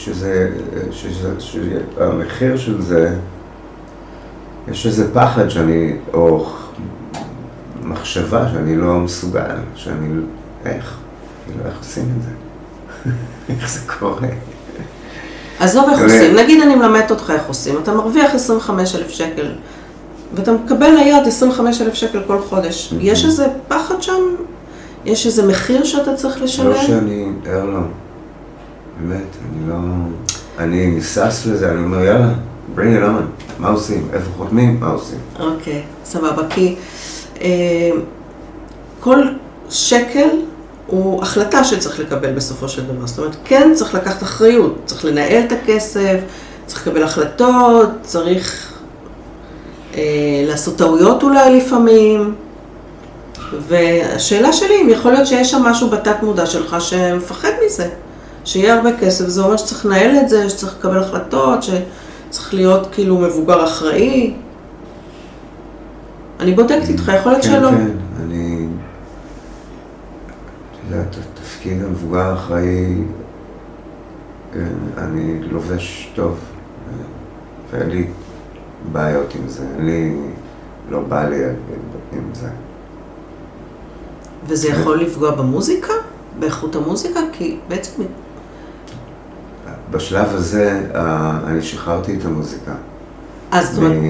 המחיר של זה, יש איזה פחד או מחשבה שאני לא מסוגל, איך עושים את זה? איך זה קורה? עזוב איך עושים, נגיד אני מלמד אותך איך עושים, אתה מרוויח 25,000 שקל, ואתה מקבל ליד 25,000 שקל כל חודש. יש איזה פחד שם? יש איזה מחיר שאתה צריך לשלם? לא שאני ער לו. באמת, אני ניסס לזה, אני אומר יאללה, bring it on, מה עושים? איפה חותמים? מה עושים? אוקיי, סבבה, כי כל שקל הוא החלטה שצריך לקבל בסופו של דבר. זאת אומרת, כן צריך לקחת אחריות, צריך לנהל את הכסף, צריך לקבל החלטות, צריך לעשות טעויות אולי לפעמים. והשאלה שלי, אם יכול להיות שיש שם משהו בתת מודע שלך שמפחד מזה, שיהיה הרבה כסף, זה אומר שצריך לנהל את זה, שצריך לקבל החלטות, שצריך להיות כאילו מבוגר אחראי. אני בודקת איתך, יכול להיות שלא. כן, אני... אתה יודע, תפקיד המבוגר האחראי, אני לובש טוב, ואין לי בעיות עם זה, לא בא לי עם זה. וזה יכול לפגוע במוזיקה? באיכות המוזיקה? כי בעצם... בשלב הזה אני שחררתי את המוזיקה. אז זאת אומרת...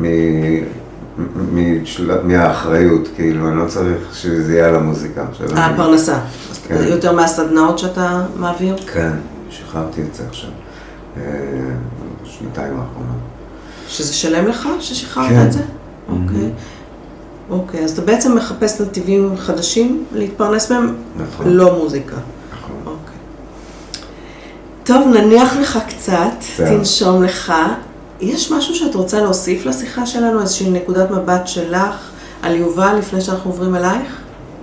מהאחריות, כאילו, אני לא צריך שזה יהיה על המוזיקה. הפרנסה. יותר מהסדנאות שאתה מעביר? כן, שחררתי את זה עכשיו. בשנתיים האחרונות. שזה שלם לך ששחררת את זה? אוקיי. אוקיי, אז אתה בעצם מחפש נתיבים חדשים להתפרנס מהם? נכון. לא מוזיקה. נכון. אוקיי. טוב, נניח לך קצת, תנשום לך. יש משהו שאת רוצה להוסיף לשיחה שלנו? איזושהי נקודת מבט שלך על יובל לפני שאנחנו עוברים אלייך?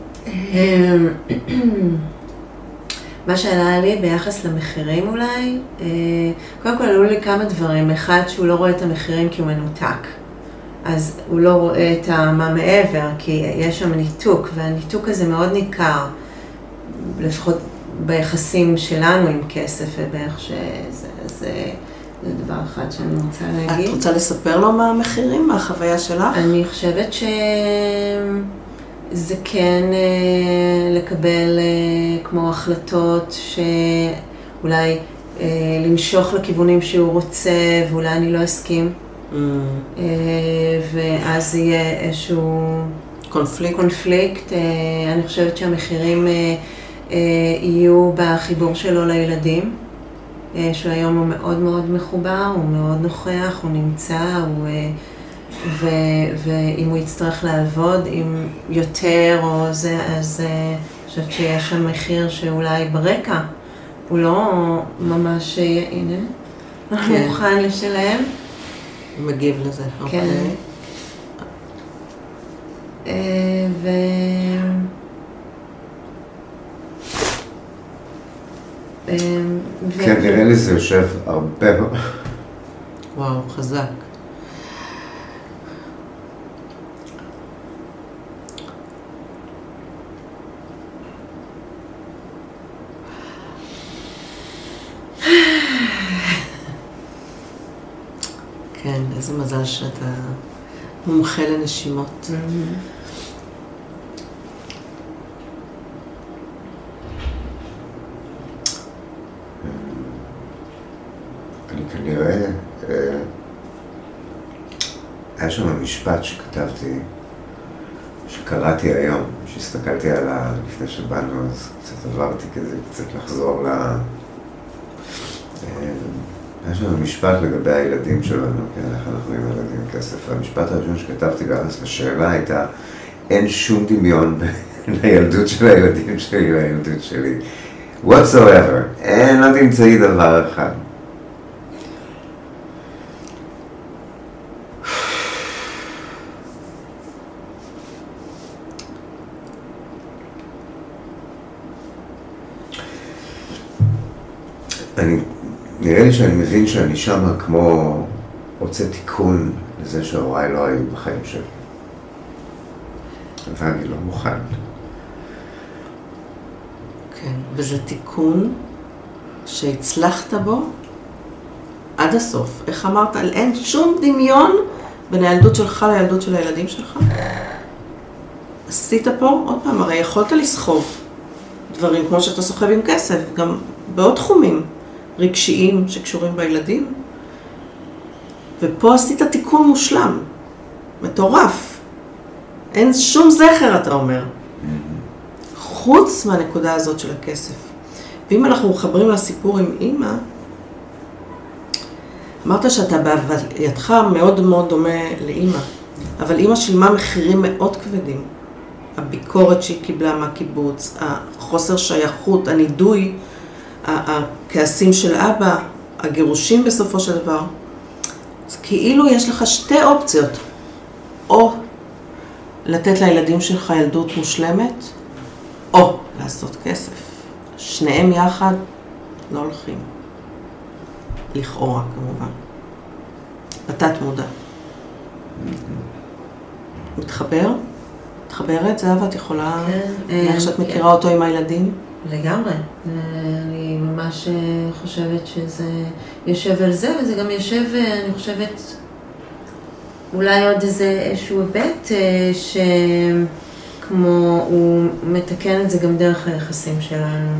מה שעלה לי ביחס למחירים אולי, קודם כל עלו לי כמה דברים. אחד, שהוא לא רואה את המחירים כי הוא מנותק. אז הוא לא רואה את מה מעבר, כי יש שם ניתוק, והניתוק הזה מאוד ניכר, לפחות ביחסים שלנו עם כסף, ובערך שזה דבר אחד שאני רוצה להגיד. את רוצה לספר לו מה המחירים, מה החוויה שלך? אני חושבת שזה כן לקבל כמו החלטות שאולי למשוך לכיוונים שהוא רוצה, ואולי אני לא אסכים. ואז יהיה איזשהו קונפליקט. אני חושבת שהמחירים יהיו בחיבור שלו לילדים, שהיום הוא מאוד מאוד מחובר, הוא מאוד נוכח, הוא נמצא, ואם הוא יצטרך לעבוד עם יותר או זה, אז אני חושבת שיש שם מחיר שאולי ברקע, הוא לא ממש, הנה, מוכן לשלם. מגיב לזה, כן. כן, נראה לי זה יושב הרבה. וואו, חזק. כן, איזה מזל שאתה מומחה לנשימות. אני כנראה, היה שם משפט שכתבתי, שקראתי היום, שהסתכלתי עליו לפני שבאנו, אז קצת עברתי כזה, קצת לחזור היה שם משפט לגבי הילדים שלנו, כן, איך אנחנו עם ילדים כסף. המשפט הראשון שכתבתי ביחס לשאלה הייתה, אין שום דמיון בין הילדות של הילדים שלי לילדות שלי. whatsoever. לא תמצאי דבר אחד. נראה לי שאני מבין שאני שמה כמו רוצה תיקון לזה שהוריי לא היו בחיים שלי. ואני לא מוכן. כן, וזה תיקון שהצלחת בו עד הסוף. איך אמרת? אין שום דמיון בין הילדות שלך לילדות של הילדים שלך? עשית פה, עוד פעם, הרי יכולת לסחוב דברים כמו שאתה סוחב עם כסף, גם בעוד תחומים. רגשיים שקשורים בילדים, ופה עשית תיקון מושלם, מטורף. אין שום זכר, אתה אומר. חוץ מהנקודה הזאת של הכסף. ואם אנחנו מחברים לסיפור עם אמא, אמרת שאתה בהווייתך מאוד מאוד דומה לאמא, אבל אמא שילמה מחירים מאוד כבדים. הביקורת שהיא קיבלה מהקיבוץ, החוסר שייכות, הנידוי, הכעסים של אבא, הגירושים בסופו של דבר. אז כאילו יש לך שתי אופציות. או לתת לילדים שלך ילדות מושלמת, או לעשות כסף. שניהם יחד לא הולכים. לכאורה כמובן. בתת מודע. מתחבר? מתחברת? זה אבא, את יכולה, איך שאת מכירה אותו עם הילדים? לגמרי. אני ממש חושבת שזה יושב על זה, וזה גם יושב, אני חושבת, אולי עוד איזשהו היבט, שכמו הוא מתקן את זה גם דרך היחסים שלנו.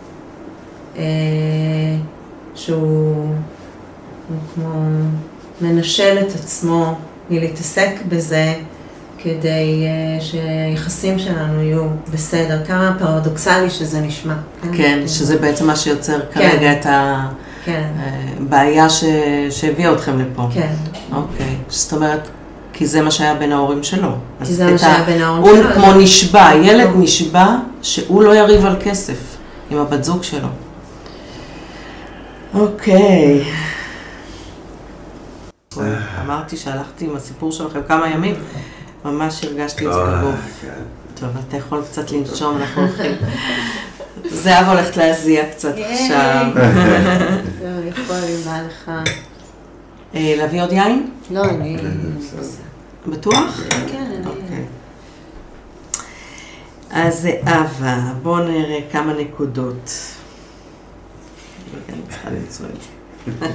שהוא כמו מנשל את עצמו מלהתעסק בזה, כדי שהיחסים שלנו יהיו בסדר. כמה פרדוקסלי שזה נשמע. כן, שזה בעצם מה שיוצר כרגע את הבעיה שהביאה אתכם לפה. כן. אוקיי, זאת אומרת, כי זה מה שהיה בין ההורים שלו. כי זה מה שהיה בין ההורים שלו. הוא כמו נשבע, ילד נשבע שהוא לא יריב על כסף עם הבת זוג שלו. אוקיי. אמרתי שהלכתי עם הסיפור שלכם כמה ימים, ממש הרגשתי את זה בגוף. טוב, אתה יכול קצת לנשום, אנחנו הולכים. זהב הולכת להזיע קצת עכשיו. זהו, יכול לבא לך. להביא עוד יין? לא, אני... בטוח? כן, אני... אז אהבה, בואו נראה כמה נקודות. אני צריכה למצוא את זה.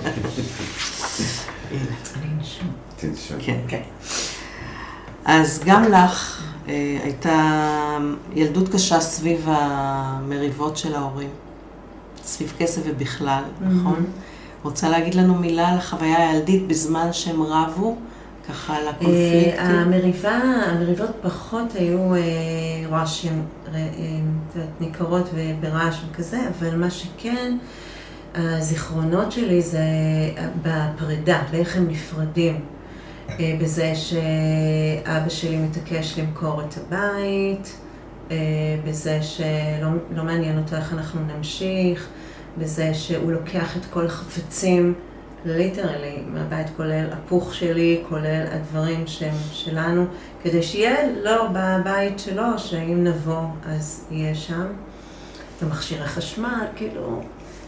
אני נשום. תנשום. כן, כן. אז גם לך הייתה ילדות קשה סביב המריבות של ההורים, סביב כסף ובכלל, נכון? רוצה להגיד לנו מילה על החוויה הילדית בזמן שהם רבו, ככה על הקונפליקטים? המריבות פחות היו רעשים, ניכרות וברעש וכזה, אבל מה שכן, הזיכרונות שלי זה בפרידה, באיך הם נפרדים. בזה שאבא שלי מתעקש למכור את הבית, בזה שלא מעניין אותו איך אנחנו נמשיך, בזה שהוא לוקח את כל החפצים, ליטרלי, מהבית כולל הפוך שלי, כולל הדברים שהם שלנו, כדי שיהיה לו בבית שלו, שאם נבוא אז יהיה שם. את המכשיר החשמל, כאילו...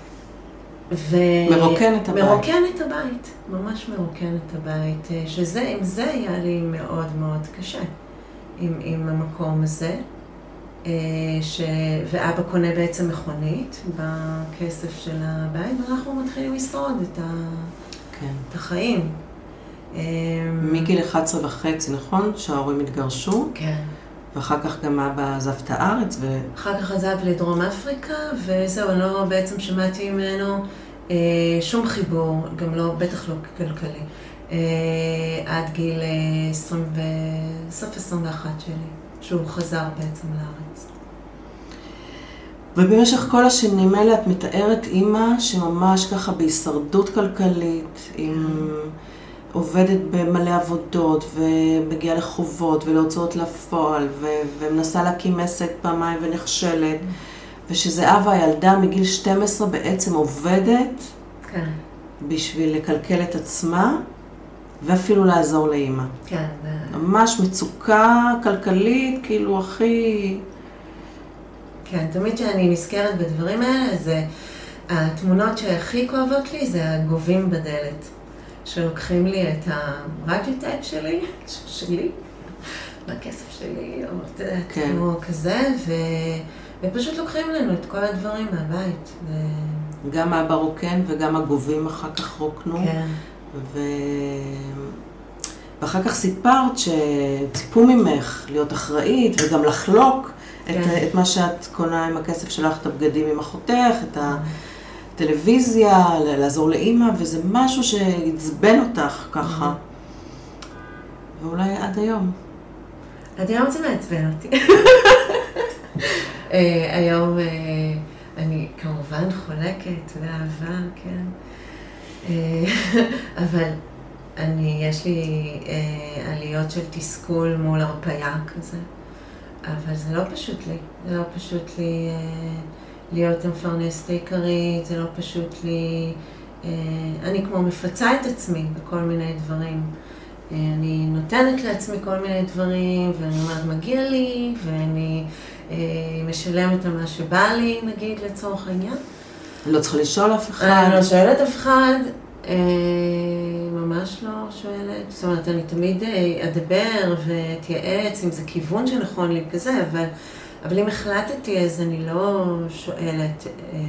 מרוקן את הבית. מרוקן את הבית, ממש מרוקן את הבית, שזה, עם זה היה לי מאוד מאוד קשה, עם המקום הזה, ואבא קונה בעצם מכונית בכסף של הבית, ואנחנו מתחילים לשרוד את החיים. מגיל 11.5, נכון? שההורים התגרשו? כן. ואחר כך גם אבא עזב את הארץ אחר כך עזב לדרום אפריקה, וזהו, אני לא בעצם שמעתי ממנו שום חיבור, גם לא, בטח לא כלכלי, עד גיל סוף 21 שלי, שהוא חזר בעצם לארץ. ובמשך כל השנים האלה את מתארת אימא שממש ככה בהישרדות כלכלית, עם... עובדת במלא עבודות ומגיעה לחובות ולהוצאות לפועל ומנסה להקים עסק פעמיים ונכשלת ושזהבה הילדה מגיל 12 בעצם עובדת בשביל לקלקל את עצמה ואפילו לעזור לאמא. כן. ממש מצוקה כלכלית, כאילו הכי... כן, תמיד שאני נזכרת בדברים האלה, זה התמונות שהכי כואבות לי זה הגובים בדלת. שלוקחים לי את הרדיו טייפ שלי, בכסף שלי, או כמו כזה, ופשוט לוקחים לנו את כל הדברים מהבית. גם אבא רוקן וגם הגובים אחר כך רוקנו. כן. ואחר כך סיפרת שציפו ממך להיות אחראית וגם לחלוק את מה שאת קונה עם הכסף שלך, את הבגדים עם אחותך, את טלוויזיה, לעזור לאמא, וזה משהו שהצבן אותך ככה. ואולי עד היום. עד היום זה מעצבן אותי. היום אני כמובן חולקת באהבה, כן. אבל יש לי עליות של תסכול מול הרפאיה כזה. אבל זה לא פשוט לי. זה לא פשוט לי... להיות המפרנסת העיקרית, זה לא פשוט לי, אני כמו מפצה את עצמי בכל מיני דברים. אני נותנת לעצמי כל מיני דברים, ואני אומרת מגיע לי, ואני משלמת על מה שבא לי, נגיד לצורך העניין. לא צריכה לשאול אף אחד. אני לא שואלת אף אחד, ממש לא שואלת. זאת אומרת, אני תמיד אדבר ותייעץ אם זה כיוון שנכון לי כזה, אבל אם החלטתי, אז אני לא שואלת.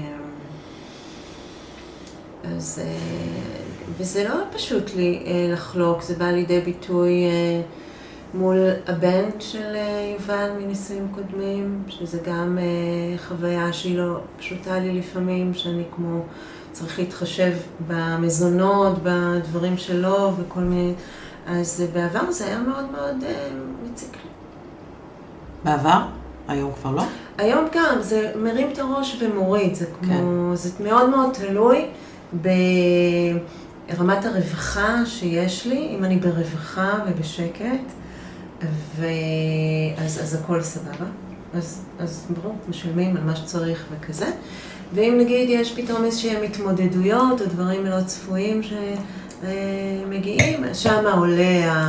אז, וזה לא פשוט לי לחלוק, זה בא לידי ביטוי מול הבן של יובל מנישואים קודמים, שזה גם חוויה שהיא לא פשוטה לי לפעמים, שאני כמו צריך להתחשב במזונות, בדברים שלו וכל מיני, אז בעבר זה היה מאוד מאוד מציק לי. בעבר? היום כבר לא? היום גם, זה מרים את הראש ומוריד, זה כמו, זה מאוד מאוד תלוי ברמת הרווחה שיש לי, אם אני ברווחה ובשקט, אז הכל סבבה, אז ברור, משלמים על מה שצריך וכזה, ואם נגיד יש פתאום איזושהי התמודדויות או דברים לא צפויים שמגיעים, שם עולה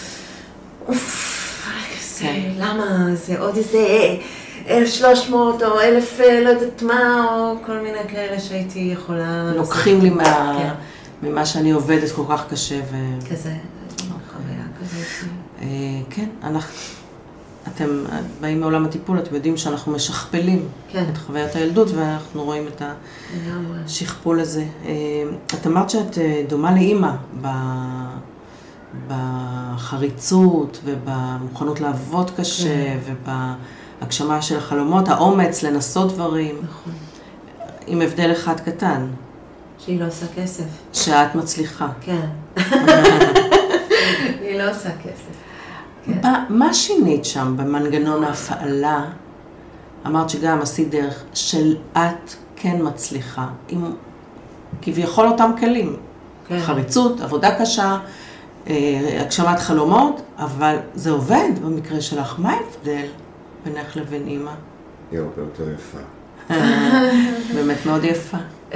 למה זה עוד איזה 1,300 או 1,000 לא יודעת מה, או כל מיני כאלה שהייתי יכולה... לוקחים לי ממה שאני עובדת כל כך קשה כזה, חוויה כזאת. כן, אתם באים מעולם הטיפול, אתם יודעים שאנחנו משכפלים את חוויית הילדות, ואנחנו רואים את השכפול הזה. את אמרת שאת דומה לאמא בחריצות ובמוכנות לעבוד קשה ובהגשמה של החלומות, האומץ לנסות דברים. נכון. עם הבדל אחד קטן, שהיא לא עושה כסף. שאת מצליחה. כן. היא לא עושה כסף. כן. מה שינית שם במנגנון ההפעלה? אמרת שגם עשית דרך של את כן מצליחה, עם כביכול אותם כלים. כן. חריצות, עבודה קשה, הגשמת חלומות, אבל זה עובד במקרה שלך. מה ההבדל בינך לבין אמא? היא הרבה יותר יפה. באמת מאוד יפה.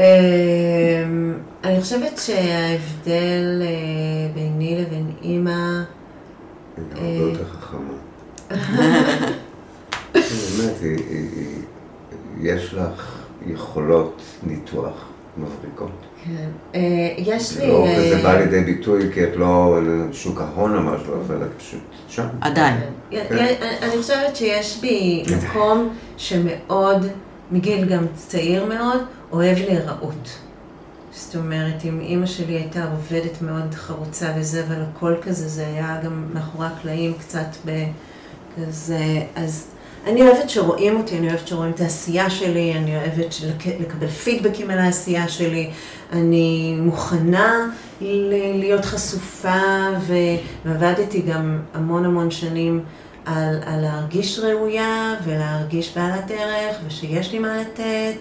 אני חושבת שההבדל ביני לבין אמא... היא גם הרבה יותר חכמה. באמת, יש לך יכולות ניתוח מבריקות. כן. יש לי... זה לא כזה בא לידי ביטוי, כי את לא שוק ההון או משהו, אבל את פשוט שם. עדיין. אני חושבת שיש בי מקום שמאוד, מגיל גם צעיר מאוד, אוהב להיראות. זאת אומרת, אם אמא שלי הייתה עובדת מאוד חרוצה וזה, אבל הכל כזה, זה היה גם מאחורי הקלעים קצת בכזה, אז אני אוהבת שרואים אותי, אני אוהבת שרואים את העשייה שלי, אני אוהבת לקבל פידבקים על העשייה שלי, אני מוכנה להיות חשופה, ועבדתי גם המון שנים על להרגיש ראויה ולהרגיש בעלת ערך, ושיש לי מה לתת,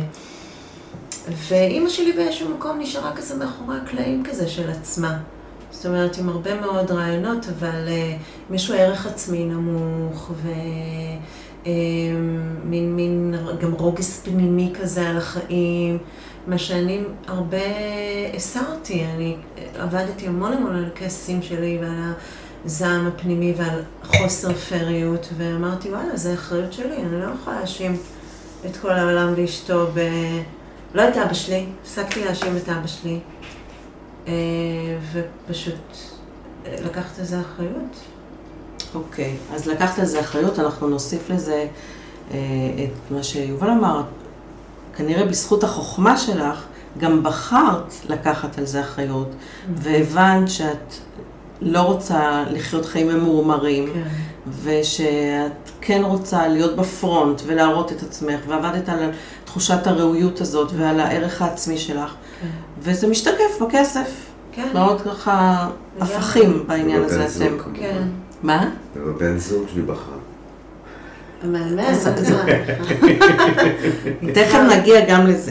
ואימא שלי באיזשהו מקום נשארה כזה מאחורי הקלעים כזה של עצמה. זאת אומרת, עם הרבה מאוד רעיונות, אבל מישהו ערך עצמי נמוך, ומין גם רוגז פנימי כזה על החיים, מה שאני הרבה הסרתי. אני עבדתי המון על הכעסים שלי ועל הזעם הפנימי ועל חוסר פריות, ואמרתי, וואלה, זה האחריות שלי, אני לא יכולה להאשים את כל העולם ואשתו לא את אבא שלי, הפסקתי להאשים את אבא שלי, ופשוט לקחת על זה אחריות. אוקיי, אז לקחת על זה אחריות, אנחנו נוסיף לזה את מה שיובל אמר, כנראה בזכות החוכמה שלך, גם בחרת לקחת על זה אחריות, והבנת שאת לא רוצה לחיות חיים ממורמרים, ושאת כן רוצה להיות בפרונט ולהראות את עצמך, ועבדת על תחושת הראויות הזאת ועל הערך העצמי שלך, וזה משתקף בכסף. מאוד ככה הפכים בעניין הזה אתם. מה? ובבן זוג שלי בחר. תכף נגיע גם לזה.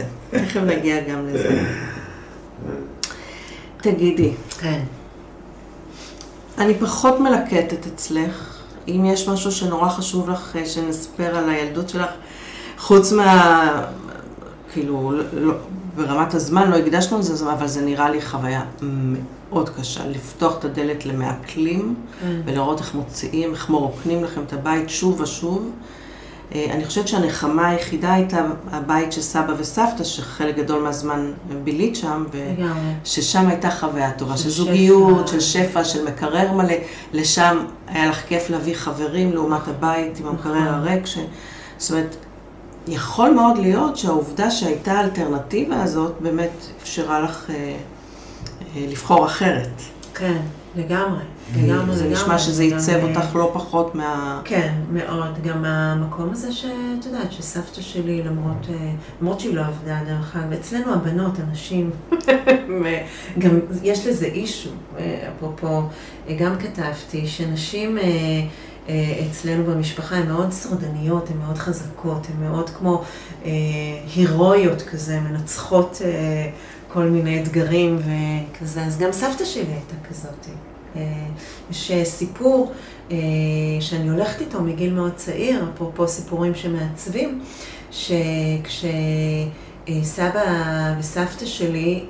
תגידי. כן. אני פחות מלקטת אצלך. אם יש משהו שנורא חשוב לך שנספר על הילדות שלך, חוץ כאילו, ברמת הזמן לא הקדשנו לזה, אבל זה נראה לי חוויה מאוד קשה, לפתוח את הדלת למעקלים, ולראות איך מוציאים, איך מרוקנים לכם את הבית שוב ושוב. אני חושבת שהנחמה היחידה הייתה הבית של סבא וסבתא, שחלק גדול מהזמן בילית שם, וששם הייתה חוויה טובה, של זוגיות, של שפע, של מקרר מלא. לשם היה לך כיף להביא חברים לעומת הבית עם המקרר הריק. זאת אומרת, יכול מאוד להיות שהעובדה שהייתה האלטרנטיבה הזאת באמת אפשרה לך לבחור אחרת. כן, לגמרי. זה נשמע שזה ייצב אותך לא פחות מה... כן, מאוד. גם המקום הזה שאת יודעת, שסבתא שלי, למרות שהיא לא עבדה דרך אגב, אצלנו הבנות, הנשים, גם יש לזה אישו. אפרופו, גם כתבתי שנשים אצלנו במשפחה הן מאוד שרדניות, הן מאוד חזקות, הן מאוד כמו הירואיות כזה, מנצחות כל מיני אתגרים וכזה. אז גם סבתא שלי הייתה כזאת. יש סיפור שאני הולכת איתו מגיל מאוד צעיר, אפרופו סיפורים שמעצבים, שכשסבא וסבתא שלי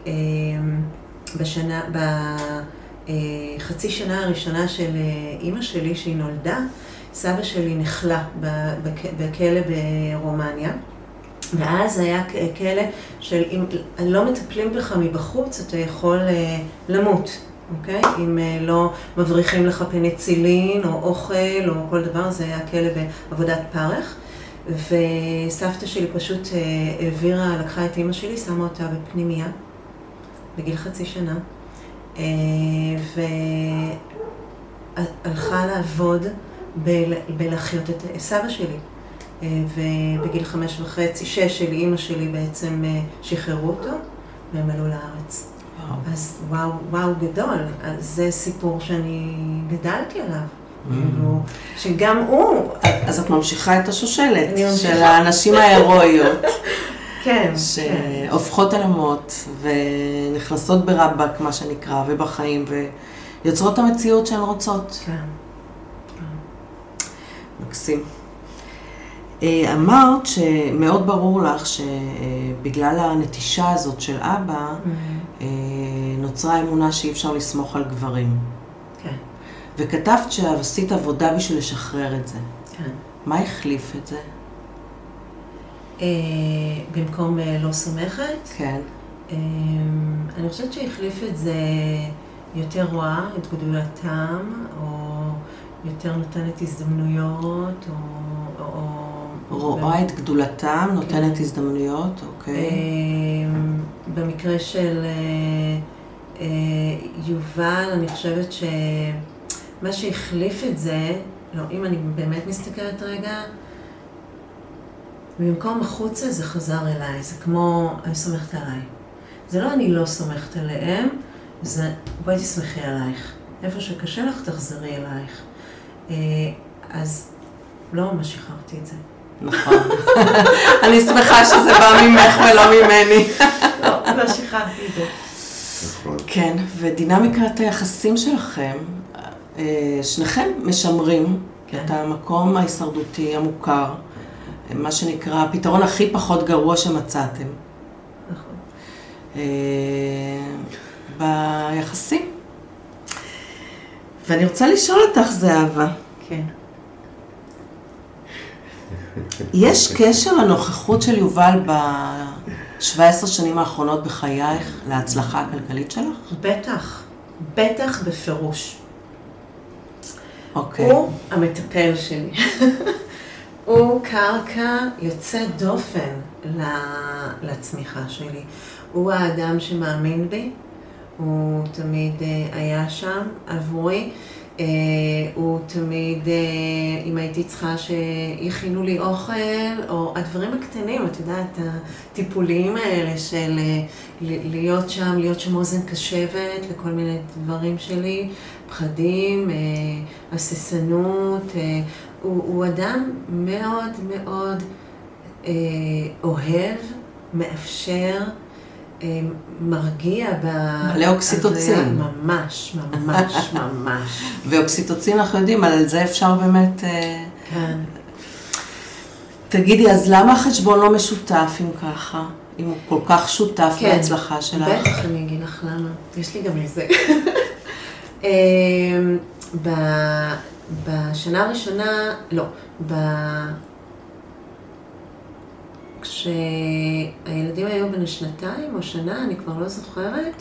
בחצי שנה הראשונה של אמא שלי שהיא נולדה, סבא שלי נחלה בכלא ברומניה, ואז היה כלא של אם לא מטפלים בך מבחוץ, אתה יכול למות. אוקיי? אם לא מבריחים לך פניצילין או אוכל או כל דבר, זה היה כלא בעבודת פרך. וסבתא שלי פשוט לקחה את אמא שלי, שמה אותה בפנימייה, בגיל חצי שנה, והלכה לעבוד בלחיות את סבא שלי. ובגיל 5.5, 6 של אמא שלי בעצם שחררו אותו, והם עלו לארץ. אז וואו גדול, אז זה סיפור שאני גדלתי עליו. כאילו, שגם הוא... אז את ממשיכה את השושלת של האנשים ההירואיות. כן. שהופכות עולמות ונכנסות ברבק, מה שנקרא, ובחיים, ויוצרות את המציאות שהן רוצות. כן. מקסים. אמרת שמאוד ברור לך שבגלל הנטישה הזאת של אבא, נוצרה אמונה שאי אפשר לסמוך על גברים. כן. וכתבת שעשית עבודה בשביל לשחרר את זה. כן. מה החליף את זה? במקום לא סומכת? כן. אני חושבת שהחליף את זה יותר רואה את גדולתם, או יותר נותנת הזדמנויות, או רואה את גדולתם, נותנת הזדמנויות, אוקיי. במקרה של יובל, אני חושבת שמה שהחליף את זה, לא, אם אני באמת מסתכלת רגע, במקום החוצה זה חזר אליי, זה כמו, אני סומכת עליי. זה לא אני לא סומכת עליהם, זה בואי תסמכי עלייך. איפה שקשה לך, תחזרי אלייך. אז לא ממש שחררתי את זה. נכון. אני שמחה שזה בא ממך ולא ממני. לא שחררתי את זה. כן, ודינמיקת היחסים שלכם, שניכם משמרים את המקום ההישרדותי המוכר, מה שנקרא הפתרון הכי פחות גרוע שמצאתם. נכון. ביחסים. ואני רוצה לשאול אותך, זהבה. כן. יש קשר לנוכחות של יובל ב-17 שנים האחרונות בחייך להצלחה הכלכלית שלך? בטח. בטח בפירוש. אוקיי. הוא המטפל שלי. הוא קרקע יוצא דופן לצמיחה שלי. הוא האדם שמאמין בי, הוא תמיד היה שם עבורי. הוא תמיד, אם הייתי צריכה שיכינו לי אוכל, או הדברים הקטנים, את יודעת, הטיפוליים האלה של להיות שם אוזן קשבת לכל מיני דברים שלי, פחדים, הססנות. הוא אדם מאוד מאוד אוהב, מאפשר, מרגיע מלא אוקסיטוצין. ממש, ממש, ממש. ואוקסיטוצין, אנחנו יודעים, על זה אפשר באמת... כן. תגידי, אז למה החשבון לא משותף אם ככה? אם הוא כל כך שותף בהצלחה שלך? בטח, אני אגיד לך למה. יש לי גם לזה. בשנה הראשונה, לא, כשהילדים היו בין שנתיים או שנה, אני כבר לא זוכרת,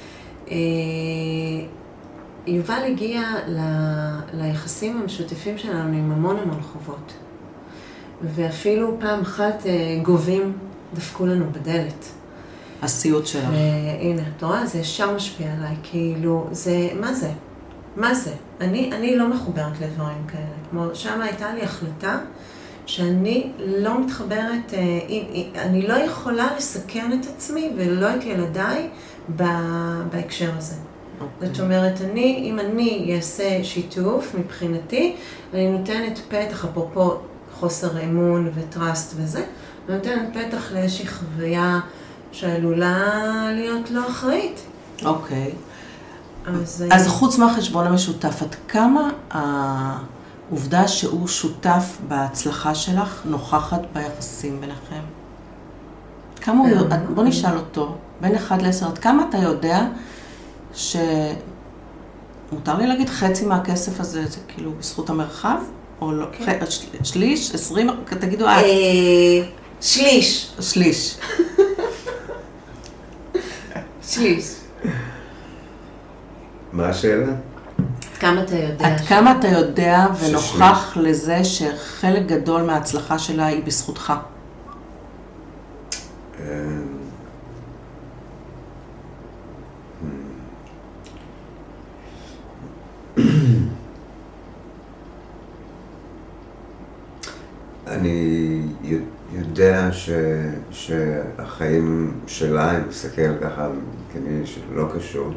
יובל הגיע ליחסים המשותפים שלנו עם המון חובות. ואפילו פעם אחת גובים דפקו לנו בדלת. הסיוט שלך. הנה, את רואה, זה ישר משפיע עליי, כאילו, זה, מה זה? מה זה? אני לא מחוברת לדברים כאלה. כמו, שם הייתה לי החלטה שאני לא מתחברת, אני לא יכולה לסכן את עצמי ולא את ילדיי בהקשר הזה. זאת אומרת, אם אני אעשה שיתוף מבחינתי, אני נותנת פתח, אפרופו חוסר אמון וטראסט וזה, אני נותנת פתח לאיזושהי חוויה שעלולה להיות לא אחראית. אוקיי. אז חוץ מהחשבון המשותף, עד כמה העובדה שהוא שותף בהצלחה שלך נוכחת ביחסים ביניכם? כמה הוא, בוא נשאל אותו, בין 1 ל-10, עד כמה אתה יודע שמותר לי להגיד חצי מהכסף הזה, זה כאילו בזכות המרחב? או לא? שליש? 20? תגידו את. שליש. שליש. שליש. מה השאלה? עד כמה אתה יודע? עד כמה אתה יודע ונוכח לזה שחלק גדול מההצלחה שלה היא בזכותך? אני יודע שהחיים שלה, אני מסתכל ככה כמי שלא קשור,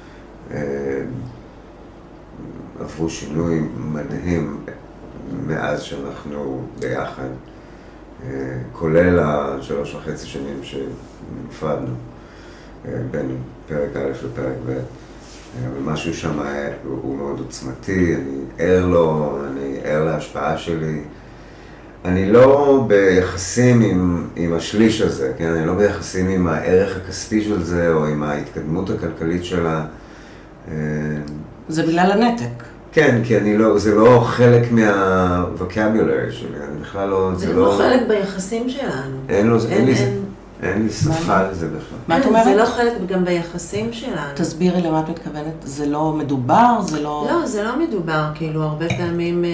עברו שינוי מדהים מאז שאנחנו ביחד, כולל 3.5 שנים שנפרדנו בין פרק א' לפרק ב'. ומשהו שם הוא מאוד עוצמתי, אני ער לו, אני ער להשפעה שלי. אני לא ביחסים עם השליש הזה, כן? אני לא ביחסים עם הערך הכספי של זה או עם ההתקדמות הכלכלית שלה. זה בגלל הנתק. כן, כי זה לא חלק מהווקאבולרי שלי, אני בכלל לא... זה לא חלק ביחסים שלנו. אין לי שפה לזה בכלל. מה את אומרת? זה לא חלק גם ביחסים שלנו. תסבירי למה את מתכוונת. זה לא מדובר? זה לא... לא, זה לא מדובר. כאילו, הרבה פעמים...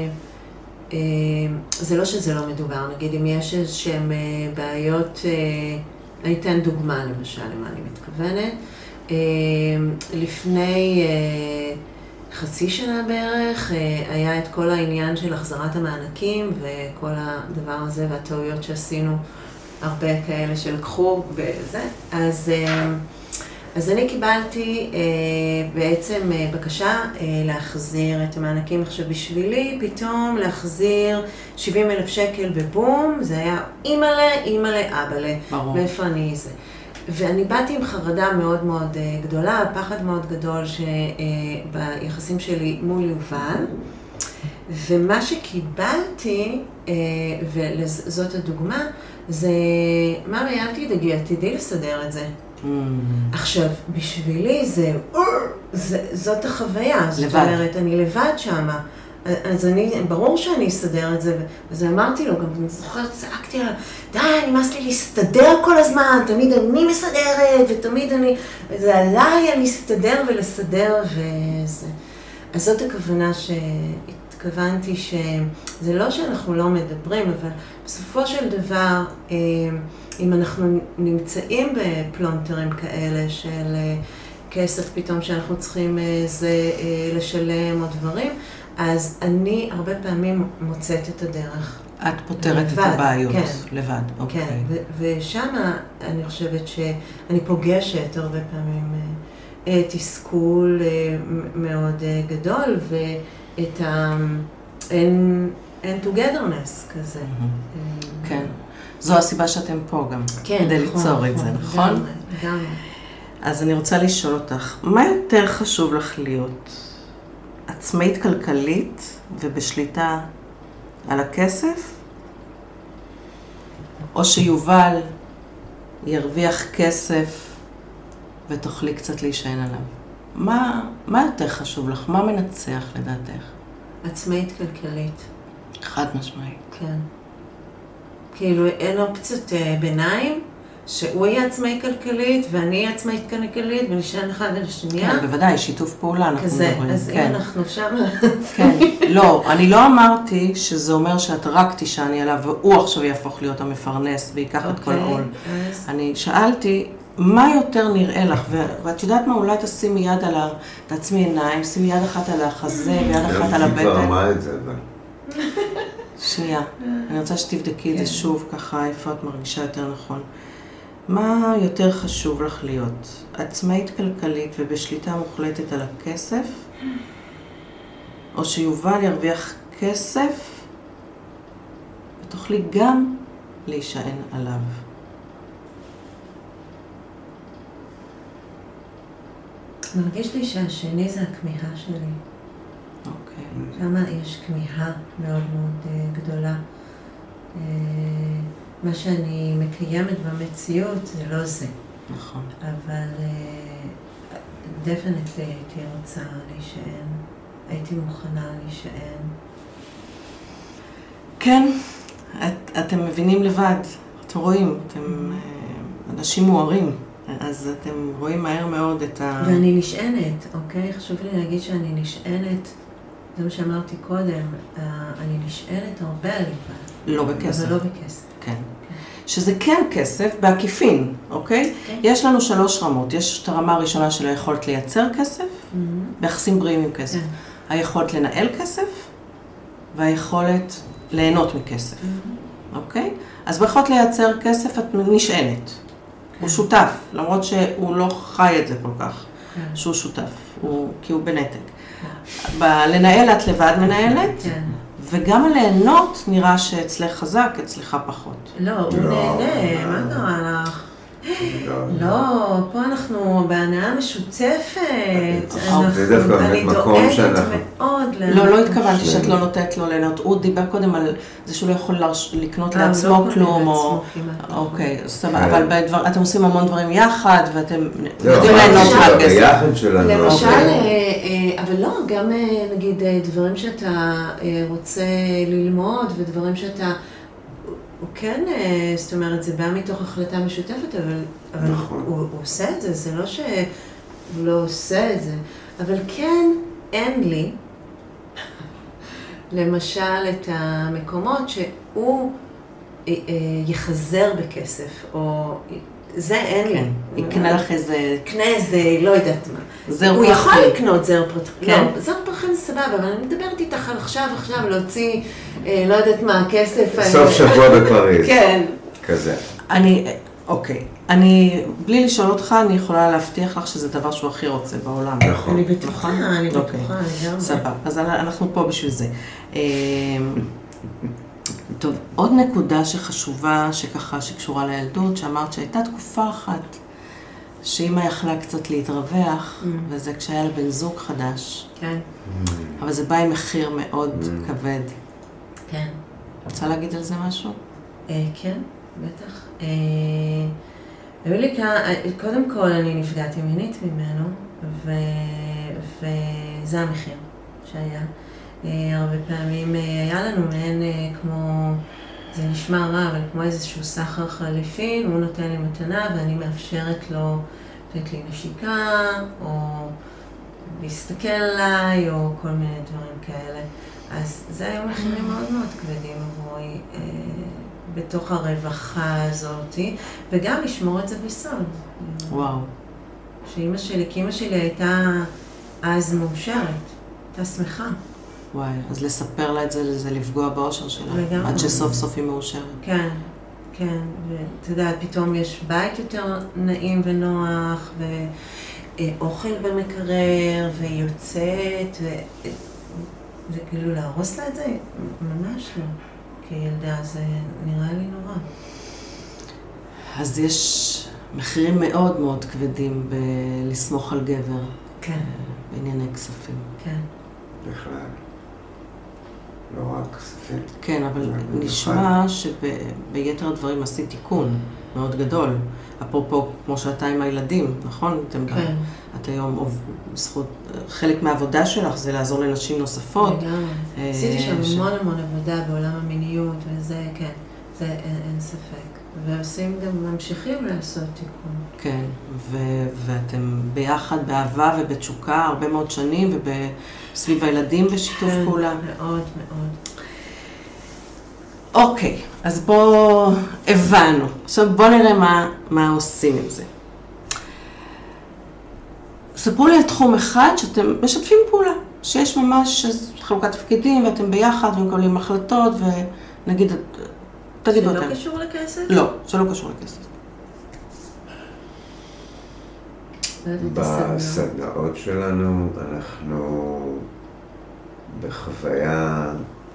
זה לא שזה לא מדובר. נגיד, אם יש איזשהם בעיות... אני אתן דוגמה, למשל, למה אני מתכוונת. לפני חצי שנה בערך, היה את כל העניין של החזרת המענקים, וכל הדבר הזה והטעויות שעשינו. הרבה כאלה שלקחו בזה. אז אני קיבלתי בעצם בקשה להחזיר את המענקים. עכשיו בשבילי פתאום להחזיר 70,000 שקל בבום, זה היה אימאלה, אבאלה. ברור. מאיפה אני זה. ואני באתי עם חרדה מאוד מאוד גדולה, פחד מאוד גדול ביחסים שלי מול יובל. ומה שקיבלתי, וזאת הדוגמה, זה, מאמי, אל תדאגי, עתידי לסדר את זה. עכשיו, בשבילי זאת החוויה. זאת אומרת, אני לבד שמה. אז ברור שאני אסדר את זה, אז אמרתי לו, גם אני זוכרת, צעקתי עליו, די, נמאס לי להסתדר כל הזמן, תמיד אני מסדרת, ותמיד זה עליי להסתדר ולסדר, וזה. אז זאת הכוונה התכוונתי שזה לא שאנחנו לא מדברים, אבל בסופו של דבר, אם אנחנו נמצאים בפלונטרים כאלה של כסף פתאום שאנחנו צריכים לשלם או דברים, אז אני הרבה פעמים מוצאת את הדרך. את פותרת את הבעיות לבד, אוקיי. כן, ושם אני חושבת שאני פוגשת הרבה פעמים תסכול מאוד גדול, ואת אין togetherness כזה. כן. זו הסיבה שאתם פה גם, כדי ליצור את זה, נכון? גם. אז אני רוצה לשאול אותך, מה יותר חשוב לך להיות? עצמאית כלכלית ובשליטה על הכסף? או שיובל ירוויח כסף ותוכלי קצת להישען עליו? מה יותר חשוב לך? מה מנצח לדעתך? עצמאית כלכלית. חד משמעית. כן. כאילו אין אופציות ביניים, שהוא יהיה עצמאי כלכלית ואני אהיה עצמאית כלכלית ונשאר אחד על השנייה. כן, בוודאי, שיתוף פעולה אנחנו מדברים. אז אם אנחנו שם... כן, לא, אני לא אמרתי שזה אומר שאת רק תישעני עליו והוא עכשיו יהפוך להיות המפרנס ויקח את כל העול. אני שאלתי, מה יותר נראה לך? ואת יודעת מה, אולי תשימי יד על תעצמי עיניים, שימי יד אחת על החזה ויד אחת על הבטן. היא כבר אמרה את זה, אבל... שנייה, אני רוצה שתבדקי את זה שוב ככה, איפה את מרגישה יותר נכון. מה יותר חשוב לך להיות? עצמאית כלכלית ובשליטה מוחלטת על הכסף? או שיובל ירוויח כסף ותוכלי גם להישען עליו? מרגיש לי שהשני זה הכמיהה שלי. אוקיי. למה יש כמיהה מאוד מאוד גדולה? מה שאני מקיימת במציאות זה לא זה. נכון. אבל definitely הייתי רוצה להישען. הייתי מוכנה להישען. כן, אתם מבינים לבד. אתם רואים, אתם אנשים מוארים. אז אתם רואים מהר מאוד את ואני נשענת, אוקיי? חשוב לי להגיד שאני נשענת, זה מה שאמרתי קודם, אני נשענת הרבה על יובל. לא בכסף. אבל לא בכסף. כן. שזה כן כסף בעקיפין, אוקיי? יש לנו 3 רמות. יש את הרמה הראשונה של היכולת לייצר כסף, ביחסים בריאים עם כסף. היכולת לנהל כסף, והיכולת ליהנות מכסף. אוקיי? אז ביכולת לייצר כסף את נשענת. הוא שותף, למרות שהוא לא חי את זה כל כך, שהוא שותף, כי הוא בנתק. לנהל את לבד מנהלת, וגם הליהנות נראה שאצלך חזק, אצלך פחות. לא, הוא נהנה, מה קרה לך? לא, פה אנחנו בהנאה משותפת. זה דווקא באמת מקום שאנחנו... אני דואגת מאוד. לא התכוונתי שאת לא נותנת לו ליהנות. הוא דיבר קודם על זה שהוא לא יכול לקנות לעצמו כלום. אוקיי, אבל אתם עושים המון דברים יחד, ואתם יודעים ליהנות מהכסף. למשל, אבל לא, גם נגיד דברים שאתה רוצה ללמוד, ודברים שאתה... הוא כן, זאת אומרת, זה בא מתוך החלטה משותפת, אבל הוא עושה את זה, זה לא שהוא לא עושה את זה. אבל כן, אין לי, למשל, את המקומות שהוא יחזר בכסף, או זה אין לי. יקנה לך איזה... קנה איזה, לא יודעת מה. הוא יכול לקנות זר פרחים. לא, זר פרחים זה סבבה, אבל אני מדברת איתך על עכשיו להוציא, לא יודעת מה, הכסף... סוף שבוע בפריז. כן. כזה. אוקיי. אני, בלי לשאול אותך, אני יכולה להבטיח לך שזה דבר שהוא הכי רוצה בעולם. נכון. אני בטוחה, אני בטוחה. סבבה. אז אנחנו פה בשביל זה. טוב, עוד נקודה שחשובה, שקשורה לילדות, שאמרת שהייתה תקופה אחת, שאמא יכלה קצת להתרווח, וזה כשהיה לה בן זוג חדש. כן. אבל זה בא עם מחיר מאוד כבד. כן. רוצה להגיד על זה משהו? כן, בטח. קודם כל אני נפגעתי מינית ממנו, וזה המחיר שהיה. הרבה פעמים היה לנו מעין כמו, זה נשמע רע, אבל כמו איזשהו סחר חליפין, הוא נותן לי מתנה ואני מאפשרת לו לתת לי נשיקה, או להסתכל עליי, או כל מיני דברים כאלה. אז זה היו מחירים מאוד מאוד כבדים עבורי בתוך הרווחה הזאת, וגם לשמור את זה בסוד. וואו. שאמא שלי, כי אמא שלי הייתה אז מאושרת, הייתה שמחה. וואי, אז לספר לה את זה, זה לפגוע באושר שלה. לגמרי. עד שסוף סוף היא מאושרת. כן, כן. ואתה יודע, פתאום יש בית יותר נעים ונוח, ואוכל במקרר, והיא יוצאת, זה כאילו להרוס לה את זה? ממש לא. כילדה זה נראה לי נורא. אז יש מחירים מאוד מאוד כבדים בלסמוך על גבר. כן. בענייני כספים. כן. בכלל. לא רק כספים. כן, אבל נשמע שביתר הדברים עשית תיקון מאוד גדול. אפרופו, כמו שאתה עם הילדים, נכון? כן. את היום בזכות, חלק מהעבודה שלך זה לעזור לנשים נוספות. לגמרי. עשיתי שם המון עבודה בעולם המיניות, וזה, כן, זה אין ספק. ועושים גם, ממשיכים לעשות תיקון. כן, ואתם ביחד באהבה ובתשוקה הרבה מאוד שנים, וסביב הילדים בשיתוף פעולה. כן, מאוד מאוד. אוקיי, אז בואו, הבנו. עכשיו בואו נראה מה עושים עם זה. ספרו לי על תחום אחד שאתם משתפים פעולה, שיש ממש חלוקת תפקידים ואתם ביחד ומקבלים החלטות ונגיד, תגידו אותם. שלא קשור לכסף? לא, שלא קשור לכסף. בסדנאות שלנו אנחנו בחוויה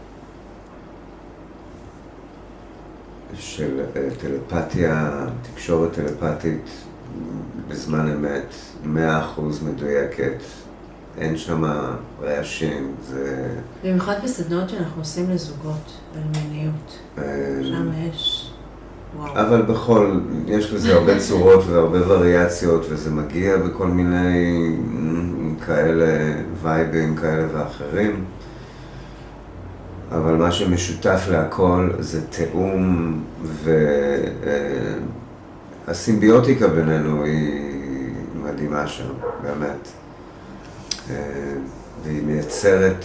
של טלפתיה, תקשורת טלפתית בזמן אמת, 100% מדויקת, אין שם רעשים, זה... במיוחד בסדנאות שאנחנו עושים לזוגות, על-מיניות, שם יש... וואו. אבל יש לזה הרבה צורות והרבה וריאציות, וזה מגיע בכל מיני כאלה וייבים כאלה ואחרים. אבל מה שמשותף להכל זה תאום, והסימביוטיקה בינינו היא מדהימה שם, באמת. והיא מייצרת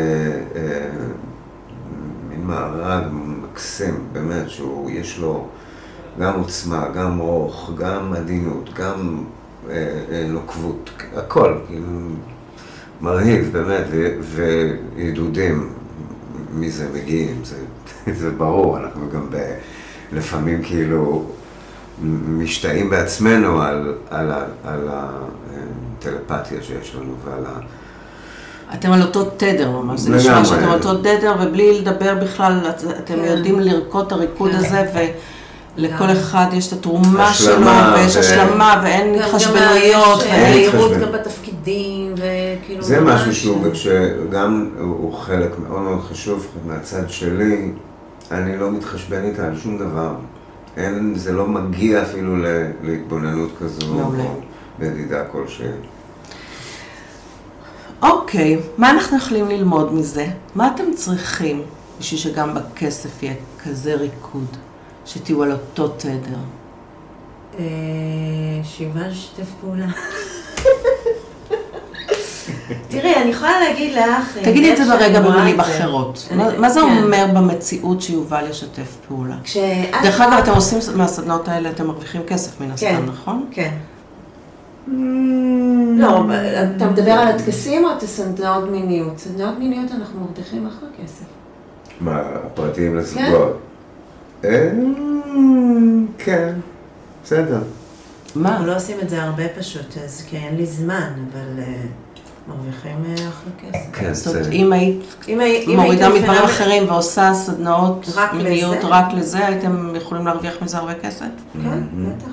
מין מארג מקסים, באמת, שיש לו גם עוצמה, גם רוח, גם עדינות, גם נוקבות, הכל, כאילו, מרהיב, באמת, ועידודים מזה מגיעים, זה זה ברור, אנחנו גם לפעמים כאילו משתאים בעצמנו על הטלפתיה שיש לנו ועל אתם על אותו תדר ממש, זה נשמע שאתם על אותו תדר ובלי לדבר בכלל, אתם יודעים לרקוד את הריקוד הזה ולכל אחד יש את התרומה שלו ויש השלמה ואין התחשבנויות. יש מהירות גם בתפקידים וכאילו... זה משהו שגם הוא חלק מאוד מאוד חשוב מהצד שלי, אני לא מתחשבן איתה על שום דבר. זה לא מגיע אפילו להתבוננות כזו או בדידה כלשהי. אוקיי, מה אנחנו יכולים ללמוד מזה? מה אתם צריכים בשביל שגם בכסף יהיה כזה ריקוד, שתהיו על אותו תדר? שיובל שתף פעולה. תראי, אני יכולה להגיד לך... תגידי את זה ברגע במילים אחרות. מה זה אומר במציאות שיובל ישתף פעולה? דרך אגב, אתם עושים מהסדנות האלה, אתם מרוויחים כסף מן הסתם, נכון? כן. לא, אתה מדבר על הטקסים או את הסדנאות מיניות? סדנאות מיניות אנחנו מרוויחים אחלה כסף. מה, הפרטיים לזוגות? כן, בסדר. מה? אנחנו לא עושים את זה הרבה פשוט, אז כי אין לי זמן, אבל מרוויחים אחלה כסף. כן, זאת אומרת, אם היית מורידה מדברים אחרים ועושה סדנאות מיניות רק לזה, הייתם יכולים להרוויח מזה הרבה כסף? כן, בטח.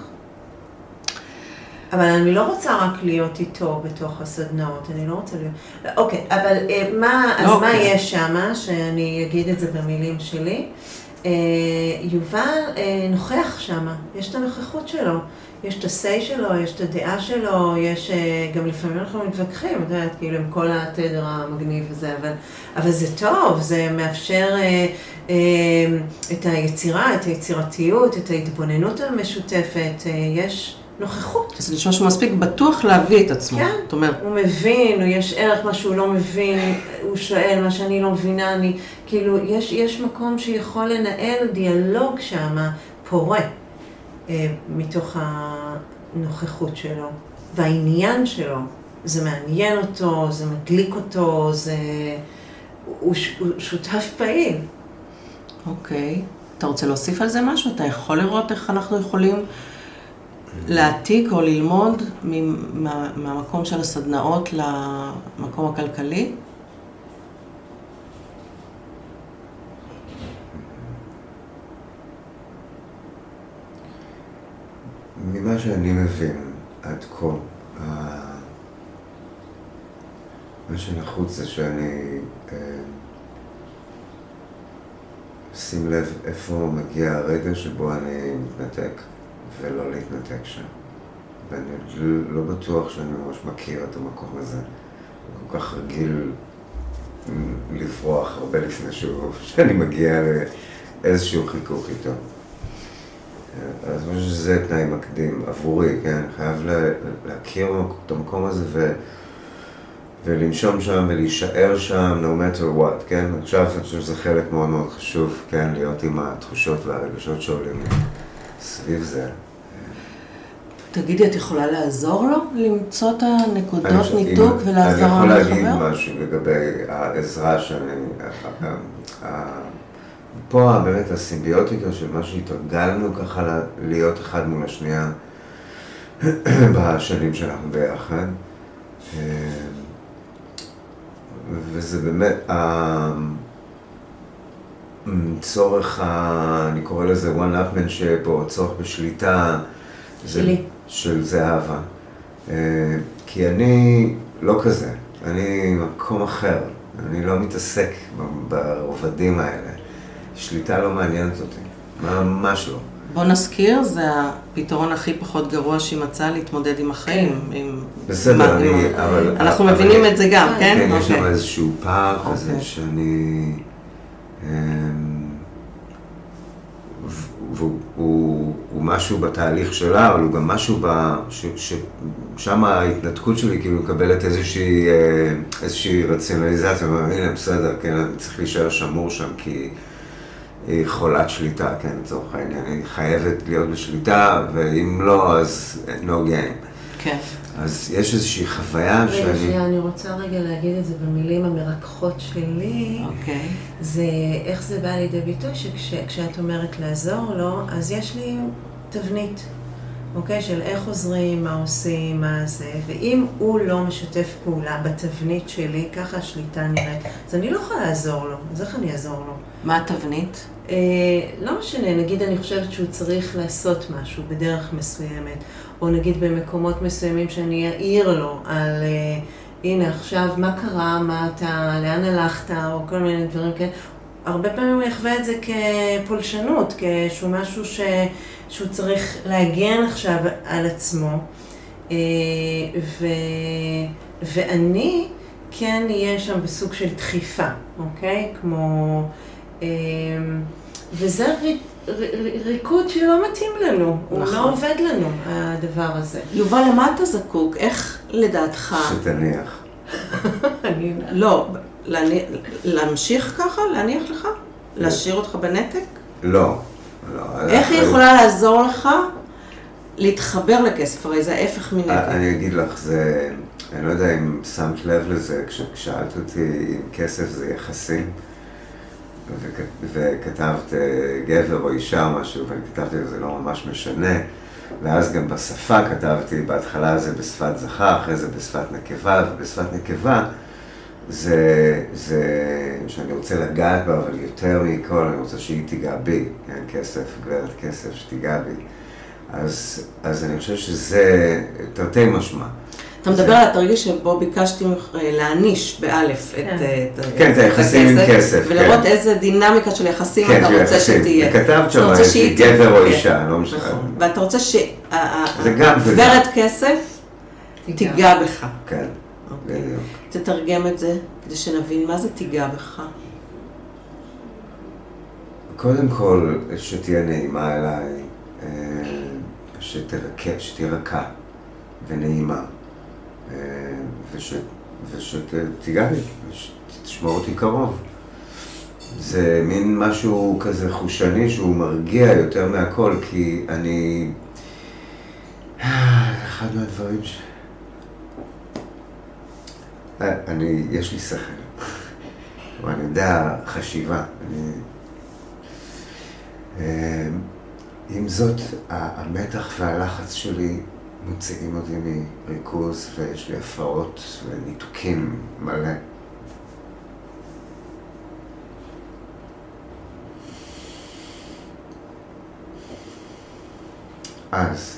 אבל אני לא רוצה רק להיות איתו בתוך הסדנאות, אני לא רוצה להיות... אוקיי, אבל מה יש שמה, שאני אגיד את זה במילים שלי? יובל נוכח שמה, יש את הנוכחות שלו, יש את ה-say שלו, יש את הדעה שלו, יש גם לפעמים אנחנו מתווכחים, את יודעת, כאילו עם כל התדר המגניב הזה, אבל זה טוב, זה מאפשר את היצירה, את היצירתיות, את ההתבוננות המשותפת, יש... נוכחות. זה נשמע שהוא מספיק בטוח להביא את עצמו. כן, הוא מבין, יש ערך מה שהוא לא מבין, הוא שואל מה שאני לא מבינה, כאילו, יש מקום שיכול לנהל דיאלוג שם, פורה, מתוך הנוכחות שלו. והעניין שלו, זה מעניין אותו, זה מדליק אותו, הוא שותף פעיל. אוקיי. אתה רוצה להוסיף על זה משהו? אתה יכול לראות איך אנחנו יכולים להעתיק או ללמוד מהמקום של הסדנאות למקום הכלכלי? ממה שאני מבין עד כה, מה שנחוץ זה שאני שים לב איפה מגיע הרגע שבו אני מתנתק ולא להתנתק שם. ואני לא בטוח שאני ממש מכיר את המקום הזה. אני כל כך רגיל לפרוח הרבה לפני שאני מגיע לאיזשהו חיכוך איתו. אז אני חושב שזה תנאי מקדים עבורי, כן? אני חייב להכיר את המקום הזה ולנשום שם ולהישאר שם, no matter what, כן? עכשיו אני חושב שזה חלק מאוד מאוד חשוב, כן? להיות עם התחושות והרגשות שעולים סביב זה. תגידי, את יכולה לעזור לו למצוא את הנקודות ניתוק ולעזור לו לחבר? לחבר? אני יכול להגיד משהו לגבי העזרה שאני... פה באמת הסימביוטיקה של מה שהתרגלנו ככה להיות אחד מול השנייה בשנים שאנחנו ביחד. וזה באמת צורך, אני קורא לזה one-upmanship או צורך בשליטה של זהבה. כי אני לא כזה, אני מקום אחר, אני לא מתעסק ברובדים האלה. שליטה לא מעניינת אותי, ממש לא. בוא נזכיר, זה הפתרון הכי פחות גרוע שימצא להתמודד עם החיים. בסדר, אבל... אנחנו מבינים את זה גם, כן? כן, יש שם איזשהו פער כזה שאני... והוא משהו בתהליך שלה, אבל הוא גם משהו שם ההתנתקות שלי כאילו מקבלת איזושהי רציונליזציה, הנה בסדר, כן, אני צריך להישאר שמור שם כי היא חולת שליטה, כן, לצורך העניין, היא חייבת להיות בשליטה, ואם לא, אז no game. כן. אז יש איזושהי חוויה שאני... אני רוצה רגע להגיד את זה במילים המרככות שלי. אוקיי. זה איך זה בא לידי ביטוי, שכשאת אומרת לעזור לו, אז יש לי תבנית, אוקיי? של איך עוזרים, מה עושים, מה זה, ואם הוא לא משתף פעולה בתבנית שלי, ככה השליטה נראית, אז אני לא יכולה לעזור לו, אז איך אני אעזור לו? מה התבנית? לא משנה, נגיד אני חושבת שהוא צריך לעשות משהו בדרך מסוימת, או נגיד במקומות מסוימים שאני אעיר לו על הנה עכשיו מה קרה, מה אתה, לאן הלכת, או כל מיני דברים כאלה. הרבה פעמים הוא יחווה את זה כפולשנות, כשהוא משהו שהוא צריך להגן עכשיו על עצמו. ואני כן אהיה שם בסוג של דחיפה, אוקיי? כמו... וזה ריקוד שלא מתאים לנו, הוא לא עובד לנו, הדבר הזה. יובל, למה אתה זקוק? איך לדעתך? שתניח. לא, להמשיך ככה? להניח לך? להשאיר אותך בנתק? לא. איך היא יכולה לעזור לך להתחבר לכסף? הרי זה ההפך מנתק. אני אגיד לך, זה... אני לא יודע אם שמת לב לזה, כששאלת אותי אם כסף זה יחסים, וכתבת גבר או אישה או משהו, ואני כתבתי זה לא ממש משנה, ואז גם בשפה כתבתי, בהתחלה זה בשפת זכר, אחרי זה בשפת נקבה, ובשפת נקבה זה שאני רוצה לגעת בה, אבל יותר מכל אני רוצה שהיא תיגע בי, כן, כסף, גברת כסף שתיגע בי. אז אני חושב שזה תרתי משמע. אתה מדבר על התרגיש שבו ביקשתי להעניש באלף את היחסים עם כסף. ולראות איזה דינמיקה של יחסים אתה רוצה שתהיה. וכתבת שם גבר או אישה, לא משנה. ואתה רוצה שהגברת כסף תיגע בך. כן, בדיוק. תתרגם את זה כדי שנבין מה זה תיגע בך. קודם כל, שתהיה נעימה אליי, שתהיה רכה ונעימה. ושתיגע לי, שתשמור אותי קרוב. זה מין משהו כזה חושני שהוא מרגיע יותר מהכל, כי אני... אחד מהדברים יש לי שכל, ואני יודע חשיבה. עם זאת, המתח והלחץ שלי מוציאים אותי מריכוז, ויש לי הפרעות וניתוקים מלא. אז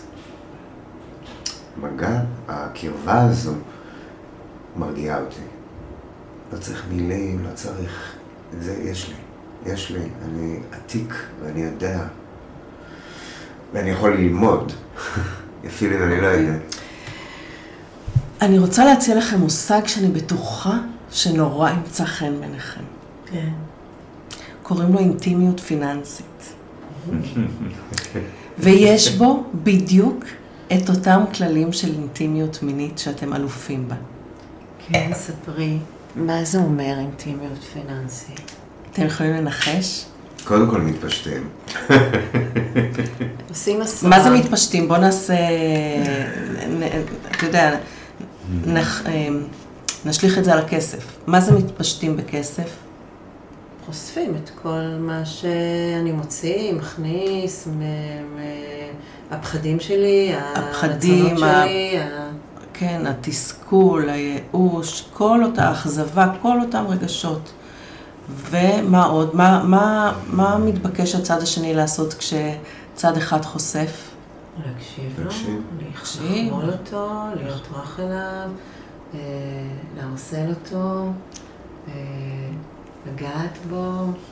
מגע, הקרבה הזו מרגיעה אותי. לא צריך מילים, לא צריך... זה יש לי, אני עתיק ואני יודע. ואני יכול ללמוד. אפילו אם אני לא יודע. אני רוצה להציע לכם מושג שאני בטוחה שנורא ימצא חן ביניכם. כן. קוראים לו אינטימיות פיננסית. ויש בו בדיוק את אותם כללים של אינטימיות מינית שאתם אלופים בה. כן, ספרי. מה זה אומר אינטימיות פיננסית? אתם יכולים לנחש? קודם כל מתפשטים. עושים מסורת. מה זה מתפשטים? בוא נעשה, אתה יודע, נשליך את זה על הכסף. מה זה מתפשטים בכסף? חושפים את כל מה שאני מוציא, מכניס, הפחדים שלי, הרצונות שלי. כן, התסכול, הייאוש, כל אותה אכזבה, כל אותם רגשות. ומה עוד? מה מתבקש הצד השני לעשות כשצד אחד חושף? להקשיב לו, לחמול אותו, להיות רך אליו, להרסל אותו, לגעת בו,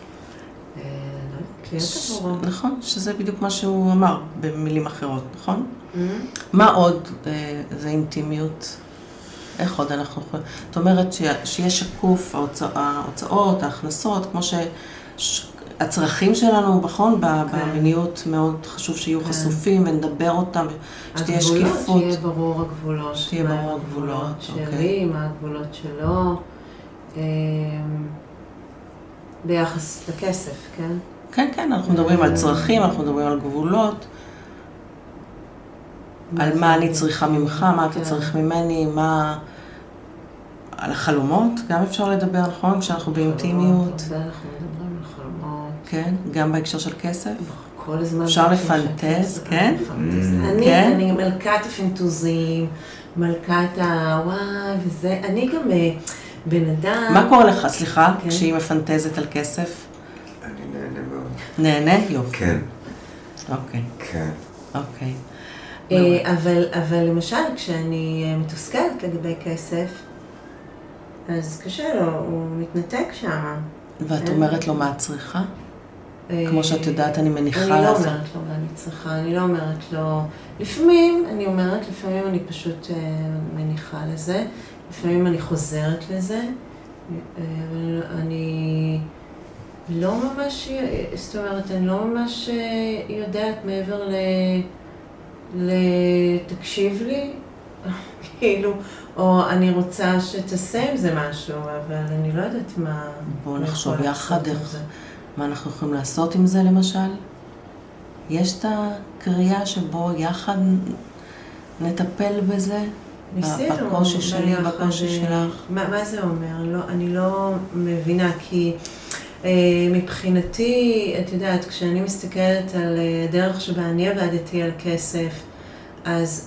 להיות עבורו. נכון, שזה בדיוק מה שהוא אמר במילים אחרות, נכון? מה עוד זה אינטימיות? איך עוד אנחנו יכולים? זאת אומרת שיש שקוף, ההוצאות, ההכנסות, כמו שהצרכים שלנו, נכון, במיניות מאוד חשוב שיהיו חשופים ונדבר אותם, שתהיה שקיפות. שיהיה ברור הגבולות. שיהיה ברור הגבולות, שלי, מה הגבולות שלו, ביחס לכסף, כן? כן, כן, אנחנו מדברים על צרכים, אנחנו מדברים על גבולות. על מה אני צריכה ממך, מה אתה צריך ממני, מה... על החלומות, גם אפשר לדבר, נכון? כשאנחנו באינטימיות. אנחנו מדברים על חלומות. כן, גם בהקשר של כסף. כל הזמן. אפשר לפנטז, כן? אני מלכת הפנטוזים, מלכת הוואי וזה, אני גם בן אדם... מה קורה לך, סליחה, כשהיא מפנטזת על כסף? אני נהנה מאוד. נהנה? יופי. כן. אוקיי. כן. אוקיי. אבל למשל, כשאני מתוסכלת לגבי כסף, אז קשה לו, הוא מתנתק שם. ואת אומרת לו מה את צריכה? כמו שאת יודעת, אני מניחה אני לא אומרת לו מה אני צריכה, אני לא אומרת לו... לפעמים אני אומרת, לפעמים אני פשוט מניחה לזה, לפעמים אני חוזרת לזה, אני לא ממש, זאת אומרת, אני לא ממש יודעת מעבר תקשיב לי, כאילו, או אני רוצה שתעשה עם זה משהו, אבל אני לא יודעת מה... בואו נחשוב יחד מה אנחנו יכולים לעשות עם זה למשל. יש את הקריאה שבו יחד נטפל בזה? בקושי שלי, בקושי שלך. מה זה אומר? לא, אני לא מבינה, כי מבחינתי, את יודעת, כשאני מסתכלת על הדרך שבה אני עבדתי על כסף, אז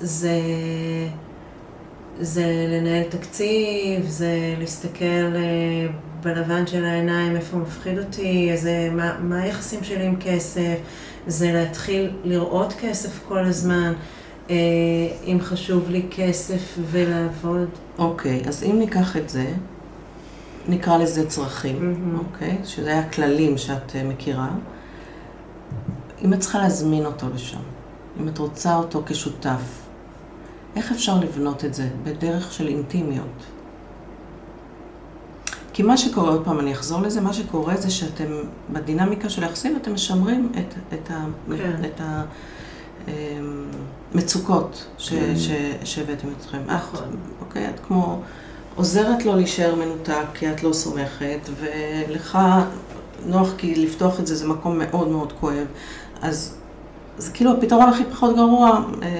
זה לנהל תקציב, זה להסתכל בלבן של העיניים, איפה מפחיד אותי, מה היחסים שלי עם כסף, זה להתחיל לראות כסף כל הזמן, אם חשוב לי כסף ולעבוד. אוקיי, אז אם ניקח את זה, נקרא לזה צרכים, אוקיי? שזה היה כללים שאת מכירה. אם את צריכה להזמין אותו לשם, אם את רוצה אותו כשותף, איך אפשר לבנות את זה? בדרך של אינטימיות. כי מה שקורה, עוד פעם אני אחזור לזה, מה שקורה זה שאתם, בדינמיקה של היחסים, אתם משמרים את המצוקות שהבאתם אתכם. אוקיי? את כמו עוזרת לו להישאר מנותק, כי את לא סומכת, ולך נוח כי לפתוח את זה, זה מקום מאוד מאוד כואב. אז זה כאילו הפתרון הכי פחות גרוע.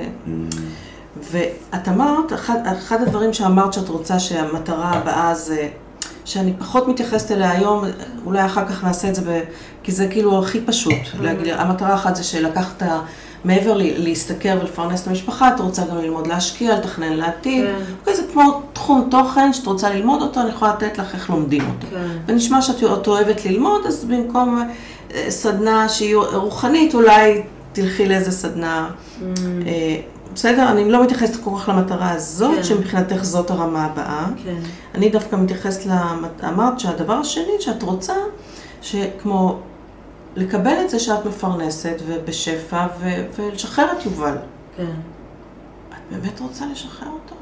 ואת אמרת, אחד הדברים שאמרת שאת רוצה שהמטרה הבאה זה, שאני פחות מתייחסת אליה היום, אולי אחר כך נעשה את זה, כי זה כאילו הכי פשוט להגיד, המטרה האחת זה שלקחת מעבר להסתכל ולפרנס את המשפחה, את רוצה גם ללמוד להשקיע, לתכנן לעתיד, זה כמו תחום תוכן שאת רוצה ללמוד אותו, אני יכולה לתת לך איך לומדים אותו. ונשמע שאת אוהבת ללמוד, אז במקום סדנה שהיא רוחנית, אולי תלכי לאיזה סדנה, בסדר? אני לא מתייחסת כל כך למטרה הזאת, שמבחינתך זאת הרמה הבאה. אני דווקא מתייחסת אמרת שהדבר השני שאת רוצה, שכמו לקבל את זה שאת מפרנסת ובשפע ולשחרר את יובל. כן. את באמת רוצה לשחרר אותו?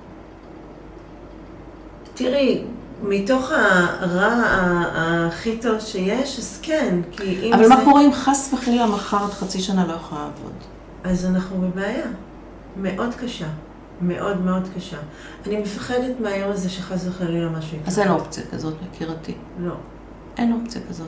תראי, מתוך הרע הכי טוב שיש, אז כן, כי אם אבל מה קורה אם חס וחלילה מחר עד חצי שנה לא יכולה לעבוד? אז אנחנו בבעיה. מאוד קשה. מאוד מאוד קשה. אני מפחדת מהיום הזה שחס וחלילה משהו יקרה. אז אין אופציה כזאת, מכירתי. לא. אין אופציה כזאת.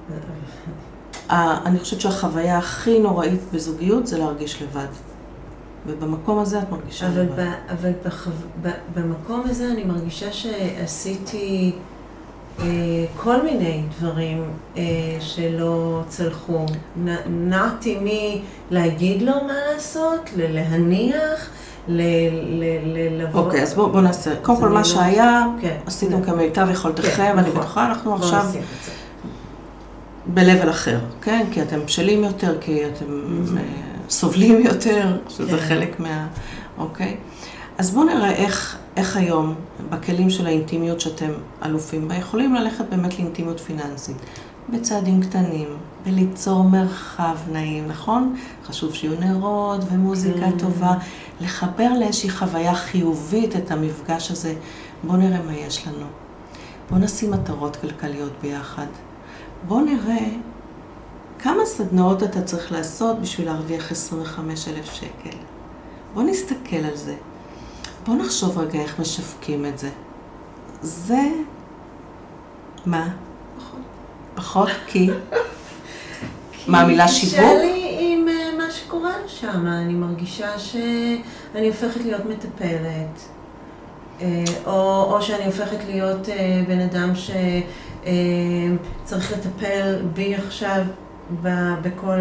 אני חושבת שהחוויה הכי נוראית בזוגיות זה להרגיש לבד. ובמקום הזה את מרגישה לבד. אבל במקום הזה אני מרגישה שעשיתי כל מיני דברים שלא צלחו. נעתי מלהגיד לו מה לעשות, להניח, לבוא. אוקיי, אז בואו נעשה. קודם כל מה שהיה, עשיתם כמיטב יכולתכם, אני בטוחה, אנחנו עכשיו ב-level אחר, כן? כי אתם בשלים יותר, כי אתם סובלים יותר, שזה חלק מה... אוקיי? אז בואו נראה איך היום, בכלים של האינטימיות שאתם אלופים בה, יכולים ללכת באמת לאינטימיות פיננסית, בצעדים קטנים, וליצור מרחב נעים, נכון? חשוב שיהיו נרות ומוזיקה טובה, לחבר לאיזושהי חוויה חיובית את המפגש הזה. בואו נראה מה יש לנו. בואו נשים מטרות כלכליות ביחד. בואו נראה כמה סדנאות אתה צריך לעשות בשביל להרוויח 25,000 שקל. בואו נסתכל על זה. בואו נחשוב רגע איך משווקים את זה. זה... מה? פחות כי... מה, המילה שיווק? קשה לי עם מה שקורה לו שם. אני מרגישה שאני הופכת להיות מטפלת, או שאני הופכת להיות בן אדם שצריך לטפל בי עכשיו בכל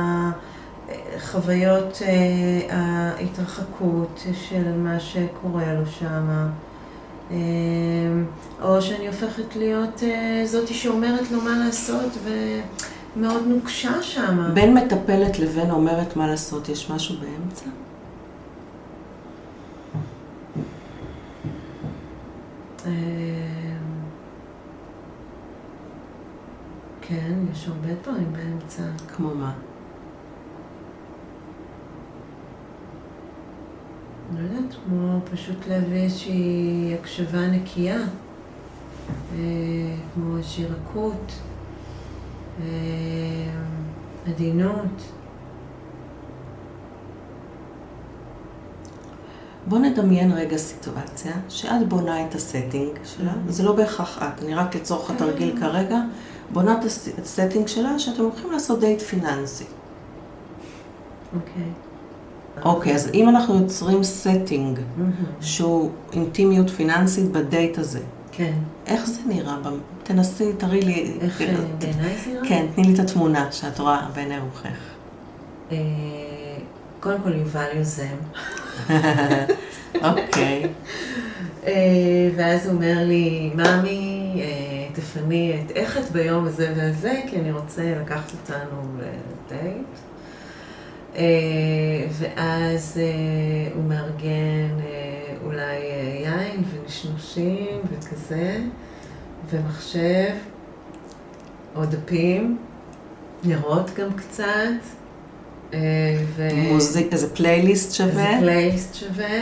החוויות ההתרחקות של מה שקורה לו שם. או שאני הופכת להיות זאתי שאומרת לו מה לעשות ומאוד נוקשה שם. בין מטפלת לבין אומרת מה לעשות, יש משהו באמצע? כן, יש הרבה דברים באמצע. כמו מה? לא יודעת, כמו פשוט להביא איזושהי הקשבה נקייה, כמו איזושהי רכות, עדינות. בוא נדמיין רגע סיטואציה שאת בונה את הסטינג שלה, וזה לא בהכרח את, אני רק לצורך התרגיל כרגע, בונה את הסטינג שלה שאתם הולכים לעשות דייט פיננסי. אוקיי. אוקיי, אז אם אנחנו יוצרים סטינג שהוא אינטימיות פיננסית בדייט הזה, כן. איך זה נראה? תנסי, תראי לי. איך בעיניי זה נראה? כן, תני לי את התמונה שאת רואה בעיני רוחך. קודם כל יובל יוזם. אוקיי. ואז הוא אומר לי, ממי, תפני את איך את ביום הזה והזה, כי אני רוצה לקחת אותנו לדייט. ואז הוא מארגן אולי יין ונשנושים וכזה, ומחשב, או דפים, נרות גם קצת. מוזיק, איזה פלייליסט שווה. איזה פלייליסט שווה.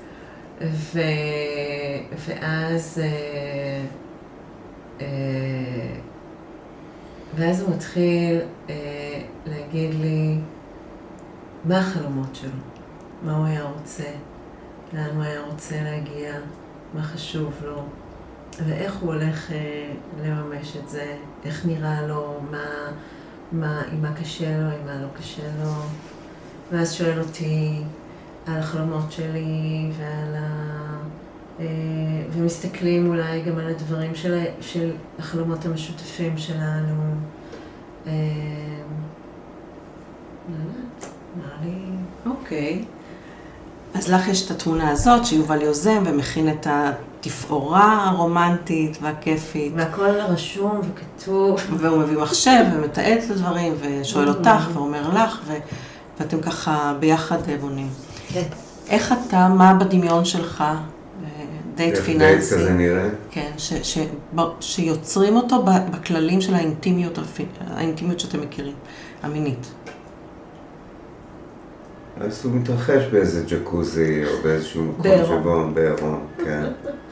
ואז הוא מתחיל להגיד לי מה החלומות שלו, מה הוא היה רוצה, לאן הוא היה רוצה להגיע, מה חשוב לו, ואיך הוא הולך לממש את זה, איך נראה לו, עם מה קשה לו, עם מה לא קשה לו. ואז שואל אותי על החלומות שלי ומסתכלים אולי גם על הדברים של החלומות המשותפים שלנו. אוקיי. אז לך יש את התמונה הזאת שיובל יוזם ומכין את התפאורה הרומנטית והכיפית. והכל רשום וכתוב. והוא מביא מחשב ומתעד את הדברים ושואל אותך ואומר לך ואתם ככה ביחד בונים. כן. איך אתה, מה בדמיון שלך, דייט פיננסי? דייט כזה נראה? כן, שיוצרים אותו בכללים של האינטימיות שאתם מכירים, המינית. אז הוא מתרחש באיזה ג'קוזי או באיזשהו מקום שבו, בעירום, כן.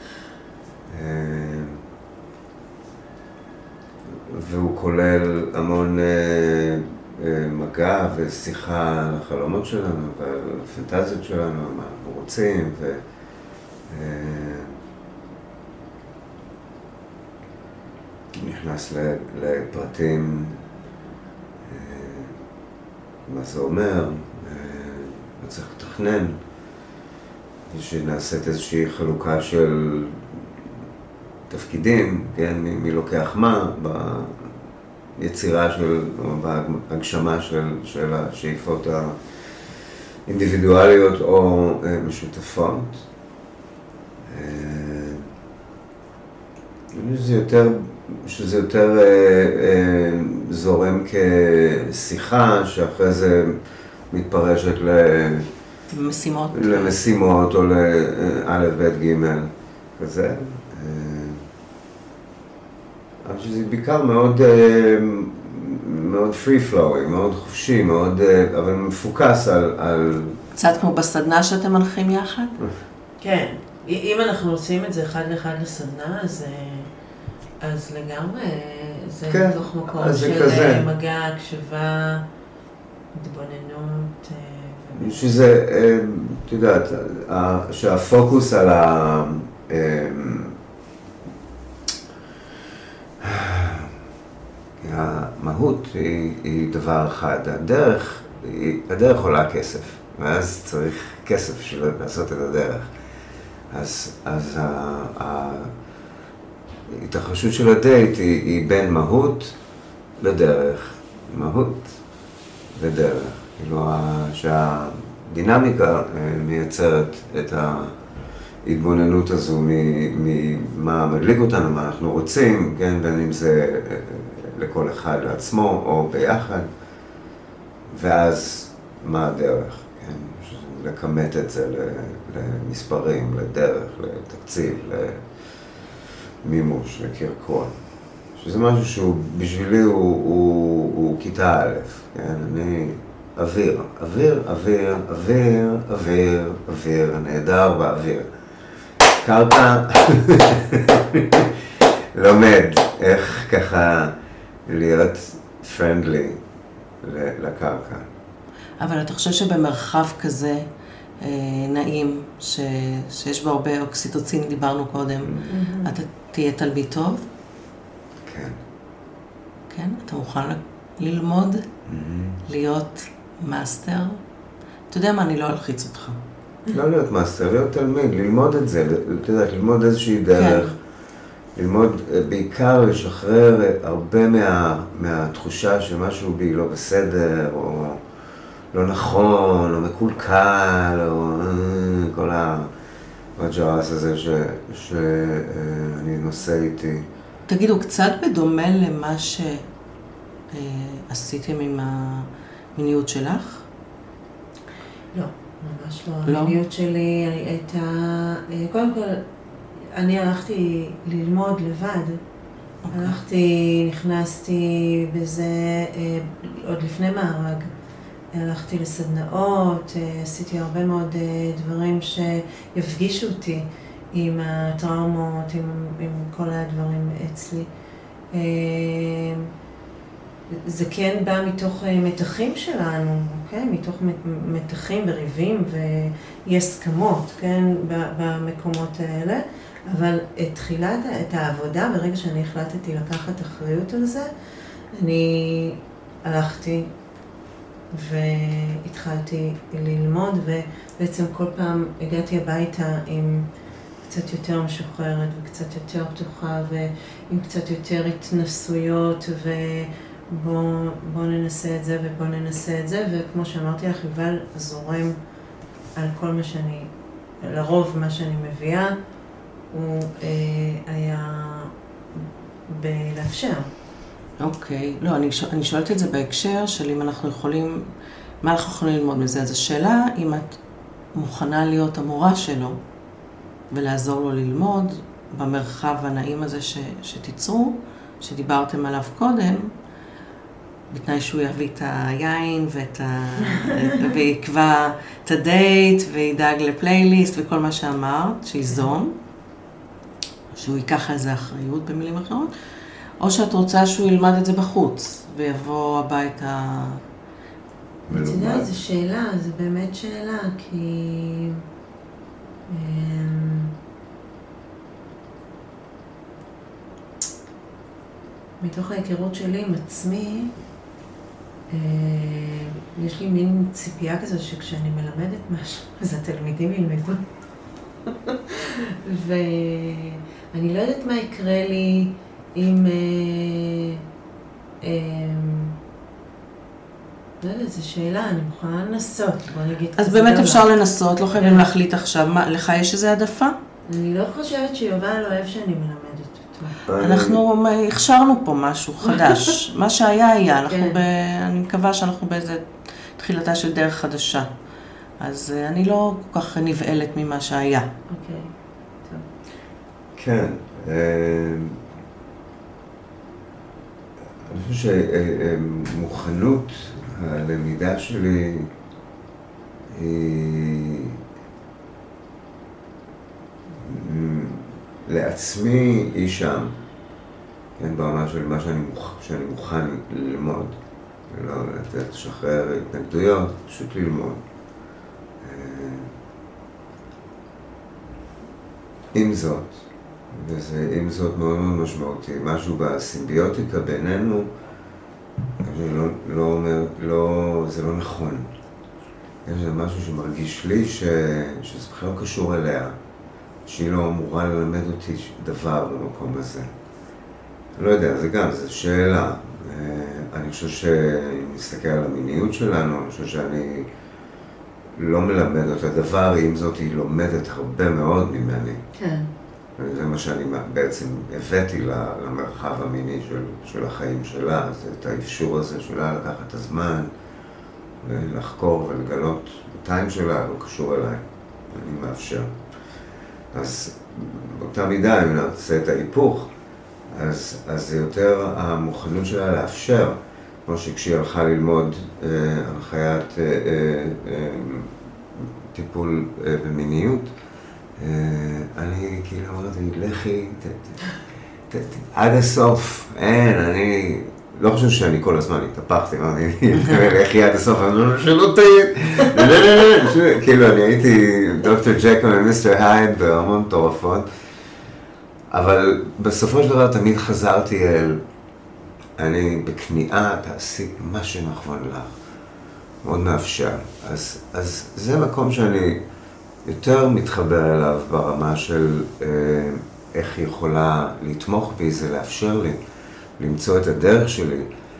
והוא כולל המון מגע ושיחה על החלומות שלנו ועל הפנטזיות שלנו, מה אנחנו רוצים, נכנס לפרטים, מה זה אומר, צריך לתכנן, שנעשית איזושהי חלוקה של תפקידים, כן, מי לוקח מה, ביצירה של, או בהגשמה של השאיפות האינדיבידואליות או משותפות. שזה יותר זורם כשיחה, שאחרי זה מתפרשת למשימות או לא' ב' ג' כזה. אבל שזה בעיקר מאוד free flowing, מאוד חופשי, מאוד, אבל מפוקס על... קצת כמו בסדנה שאתם מנחים יחד? כן. אם אנחנו עושים את זה אחד לאחד לסדנה, אז לגמרי זה כן, מתוך מקום של כזה. מגע, הקשבה, התבוננות. שזה, את יודעת, שהפוקוס על המהות היא דבר אחד. הדרך הדרך עולה כסף, ואז צריך כסף בשביל לעשות את הדרך. אז ההתרחשות של הדייט היא בין מהות לדרך, מהות ודרך. כאילו שהדינמיקה מייצרת את ההתבוננות הזו ממה מדליק אותנו, מה אנחנו רוצים, כן? בין אם זה לכל אחד לעצמו או ביחד, ואז מה הדרך, כן? לכמת את זה למספרים, לדרך, לתקציב, למימוש, לקרקוע. שזה משהו שהוא בשבילי הוא כיתה א', כן? אני אוויר, נהדר באוויר. קרקע, לומד איך ככה להיות פרנדלי לקרקע. אבל אתה חושב שבמרחב כזה נעים, שיש בו הרבה אוקסיטוצין, דיברנו קודם, אתה תהיה תלמיד טוב? כן. כן? אתה מוכן ללמוד, להיות מאסטר? אתה יודע מה, אני לא אלחיץ אותך. לא להיות מאסטר, להיות תלמיד, ללמוד את זה, אתה יודע, ללמוד איזושהי דרך. ללמוד, בעיקר לשחרר הרבה מהתחושה שמשהו בי לא בסדר, או לא נכון, או מקולקל, או כל המג'רס הזה שאני נושא איתי. תגידו, קצת בדומה למה שעשיתם עם המיניות שלך? לא, ממש לא. המיניות שלי הייתה, קודם כל, אני הלכתי ללמוד לבד. נכנסתי בזה עוד לפני מארג. הלכתי לסדנאות, עשיתי הרבה מאוד דברים שיפגישו אותי עם הטראומות, עם כל הדברים אצלי. זה כן בא מתוך מתחים שלנו, כן? מתוך מתחים וריבים ואי הסכמות, כן? במקומות האלה. אבל את העבודה, ברגע שאני החלטתי לקחת אחריות על זה, אני הלכתי והתחלתי ללמוד, ובעצם כל פעם הגעתי הביתה עם קצת יותר משוחררת וקצת יותר פתוחה ועם קצת יותר התנסויות ובוא ננסה את זה ובוא ננסה את זה, וכמו שאמרתי לך, יובל זורם על כל מה שאני, לרוב מה שאני מביאה, הוא היה בלאפשר. אוקיי. לא, אני שואלת את זה בהקשר של אם אנחנו יכולים, מה אנחנו יכולים ללמוד מזה. אז השאלה, אם את מוכנה להיות המורה שלו ולעזור לו ללמוד במרחב הנעים הזה שתיצרו, שדיברתם עליו קודם, בתנאי שהוא יביא את היין ויקבע את הדייט וידאג לפלייליסט וכל מה שאמרת, שיזום, שהוא ייקח על זה אחריות במילים אחרות, או שאת רוצה שהוא ילמד את זה בחוץ ויבוא הביתה. אתה יודע, זו שאלה, זו באמת שאלה, כי מתוך ההיכרות שלי עם עצמי, יש לי מין ציפייה כזו שכשאני מלמדת משהו, אז התלמידים ילמדו. ואני לא יודעת מה יקרה לי אם לא יודעת, זו שאלה, אני מוכנה לנסות, בוא נגיד. אז באמת אפשר לנסות, לא חייבים להחליט עכשיו. לך יש איזה העדפה? אני לא חושבת שיובל אוהב שאני מלמדת אותו. אנחנו הכשרנו פה משהו חדש. מה שהיה היה, אני מקווה שאנחנו באיזה תחילתה של דרך חדשה. אז אני לא כל כך נבעלת ממה שהיה. אוקיי, טוב. כן. אני חושב שמוכנות הלמידה שלי היא לעצמי היא שם, כן, ברמה של מה שאני מוכן ללמוד, ולא לתת לשחרר התנגדויות, פשוט ללמוד. עם זאת, וזה עם זאת מאוד מאוד משמעותי, משהו בסימביוטיקה בינינו זה לא נכון. יש משהו שמרגיש לי שזה בכלל לא קשור אליה, שהיא לא אמורה ללמד אותי דבר במקום הזה. לא יודע, זה שאלה. אני חושב שאם נסתכל על המיניות שלנו, אני חושב שאני לא מלמד אותה דבר, עם זאת היא לומדת הרבה מאוד ממני. כן. זה מה שאני בעצם הבאתי למרחב המיני של החיים שלה, זה את האפשור הזה שלה לקחת את הזמן ולחקור ולגלות בטיים שלה, לא קשור אליי, אני מאפשר. אז באותה מידה, אם נעשה את ההיפוך, אז זה יותר המוכנות שלה לאפשר, כמו שכשהיא הלכה ללמוד הנחיית טיפול במיניות, אני כאילו אמרתי, לכי, עד הסוף, אני לא חושב שאני כל הזמן התהפכתי, אמרתי, לכי עד הסוף, אני לא שלא תהיה, כאילו אני הייתי דוקטור ג'קל ומיסטר הייד בהמון מטורפות, אבל בסופו של דבר תמיד חזרתי אני בכניעה, תעשי מה שנכון לך, מאוד מאפשר, אז זה מקום שאני יותר מתחבר אליו ברמה של איך היא יכולה לתמוך בי, זה לאפשר לי, למצוא את הדרך שלי.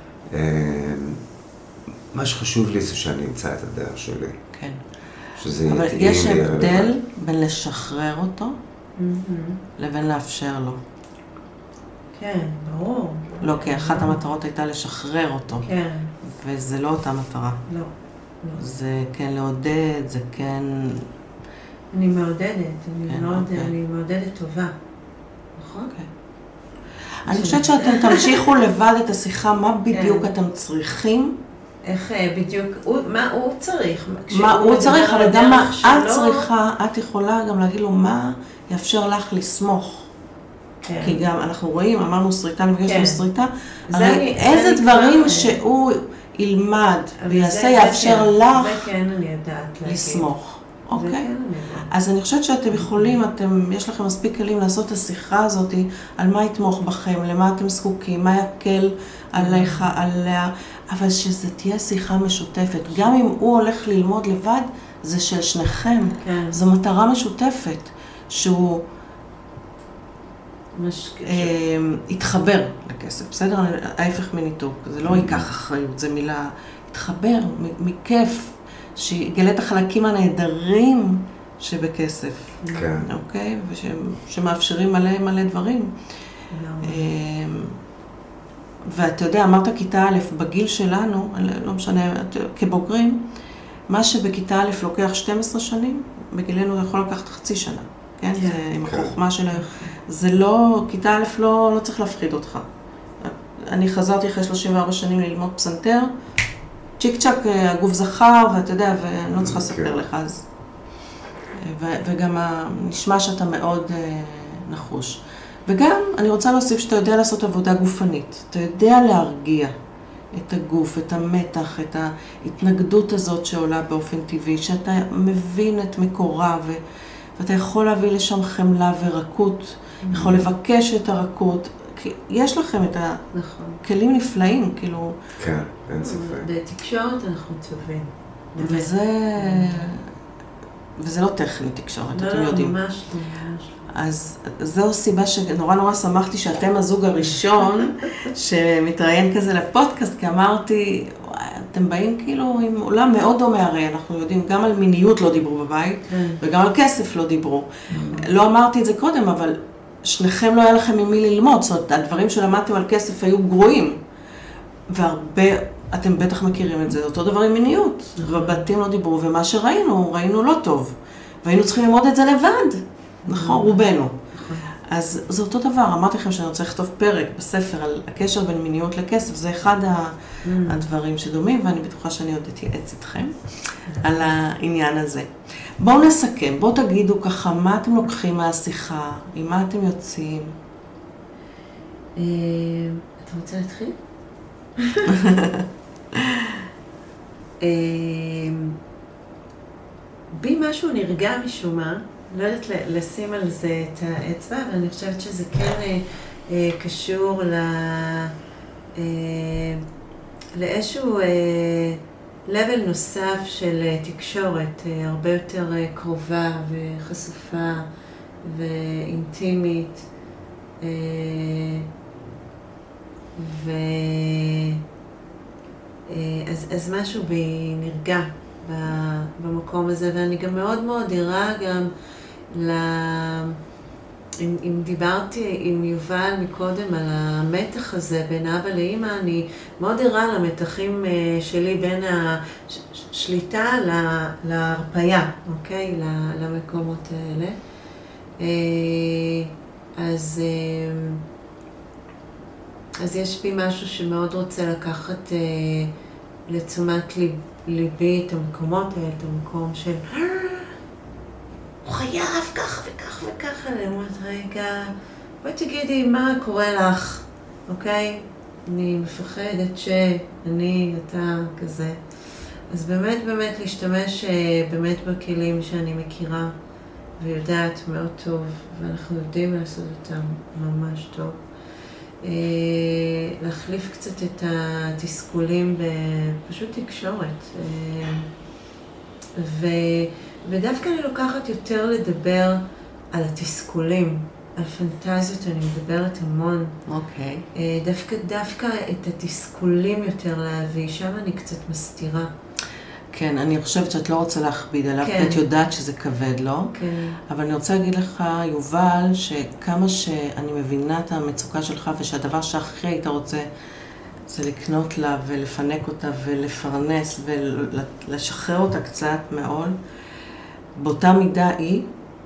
מה שחשוב לי זה שאני אמצא את הדרך שלי. כן. שזה אבל יתאים לי. יש הבדל בין לשחרר אותו לבין לאפשר לו. כן, ברור. לא, כי אחת המטרות הייתה לשחרר אותו. כן. וזה לא אותה מטרה. לא. זה כן לעודד, זה כן... אני מעודדת, כן, אני מעודדת טובה. נכון? אוקיי. אני חושבת שאתם תמשיכו לבד את השיחה, מה בדיוק אתם צריכים? איך בדיוק, מה הוא צריך? מה הוא צריך, אבל גם מה את צריכה, את יכולה גם להגיד לו מה יאפשר לך לסמוך. כי גם אנחנו רואים, אמרנו סריטה, נפגש עם סריטה, הרי איזה דברים שהוא ילמד ויעשה יאפשר לך לסמוך. אוקיי? אז אני חושבת שאתם יכולים, יש לכם מספיק כלים לעשות את השיחה הזאת על מה יתמוך בכם, למה אתם זקוקים, מה יקל עליך, עליה, אבל שזה תהיה שיחה משותפת. גם אם הוא הולך ללמוד לבד, זה של שניכם. זו מטרה משותפת, שהוא יתחבר לכסף, בסדר? ההפך מניתוק, זה לא ייקח אחריות, זה מילה, יתחבר מכיף. שיגלה את החלקים הנהדרים שבכסף. כן. אוקיי? שמאפשרים מלא דברים. ואתה יודע, אמרת כיתה א', בגיל שלנו, לא משנה, כבוגרים, מה שבכיתה א' לוקח 12 שנים, בגילנו זה יכול לקחת חצי שנה. כן? זה עם החוכמה שלהם. זה לא, כיתה א' לא צריך להפחיד אותך. אני חזרתי אחרי 34 שנים ללמוד פסנתר, צ'יק צ'ק, הגוף זכר, ואתה יודע, ואני לא צריכה לספר לך אז. וגם נשמע שאתה מאוד נחוש. וגם אני רוצה להוסיף שאתה יודע לעשות עבודה גופנית. אתה יודע להרגיע את הגוף, את המתח, את ההתנגדות הזאת שעולה באופן טבעי, שאתה מבין את מקורה, ואתה יכול להביא לשם חמלה ורקות, יכול לבקש את הרקות. יש לכם את הכלים נפלאים, כאילו... כן, אין ספק. בתקשורת אנחנו טובים. וזה לא טכני תקשורת, אתם יודעים. לא, ממש לא. אז זו סיבה שנורא שמחתי שאתם הזוג הראשון שמתראיין כזה לפודקאסט, כי אמרתי, אתם באים כאילו עם עולם מאוד דומה, הרי אנחנו יודעים, גם על מיניות לא דיברו בבית, וגם על כסף לא דיברו. לא אמרתי את זה קודם, אבל... שניכם לא היה לכם עם מי ללמוד, זאת אומרת, הדברים שלמדתם על כסף היו גרועים. והרבה, אתם בטח מכירים את זה, אותו דבר עם מיניות. ובתים לא דיברו, ומה ראינו לא טוב. והיינו צריכים ללמוד את זה לבד. נכון, רובנו. אז זה אותו דבר, אמרתי לכם שאני רוצה לכתוב פרק בספר על הקשר בין מיניות לכסף, זה אחד הדברים שדומים, ואני בטוחה שאני עוד אתייעץ איתכם על העניין הזה. בואו נסכם, בואו תגידו ככה, מה אתם לוקחים מהשיחה, עם מה אתם יוצאים? אתה רוצה להתחיל? בי משהו נרגע משום מה, לא יודעת לשים על זה את האצבע, אבל אני חושבת שזה כן קשור לאיזשהו level נוסף של תקשורת, הרבה יותר קרובה וחשופה ואינטימית. אז משהו בי נרגע במקום הזה, ואני גם מאוד מאוד ערה גם אם דיברתי עם יובל מקודם על המתח הזה בין אבא לאמא, אני מאוד ערה למתחים שלי בין השליטה להרפאיה, אוקיי? למקומות האלה. אז יש בי משהו שמאוד רוצה לקחת לתשומת ליבי את המקומות האלה, את המקום של הוא חייב ככה וככה וככה. אני אומרת, רגע, בואי תגידי מה קורה לך, אוקיי? אני מפחדת שאני, אתה, כזה. אז באמת להשתמש באמת בכלים שאני מכירה ויודעת מאוד טוב, ואנחנו יודעים לעשות אותם ממש טוב. להחליף קצת את התסכולים בפשוט תקשורת. ודווקא אני לוקחת יותר לדבר על התסכולים, על פנטזיות, אני מדברת המון. אוקיי. דווקא את התסכולים יותר להביא, שם אני קצת מסתירה. כן, אני חושבת שאת לא רוצה להכביד עליו, כי את יודעת שזה כבד, לא? כן. אבל אני רוצה להגיד לך, יובל, שכמה שאני מבינה את המצוקה שלך, ושהדבר שהכי היית רוצה זה לקנות לה ולפנק אותה ולפרנס ולשחרר אותה קצת מאוד, באותה מידה היא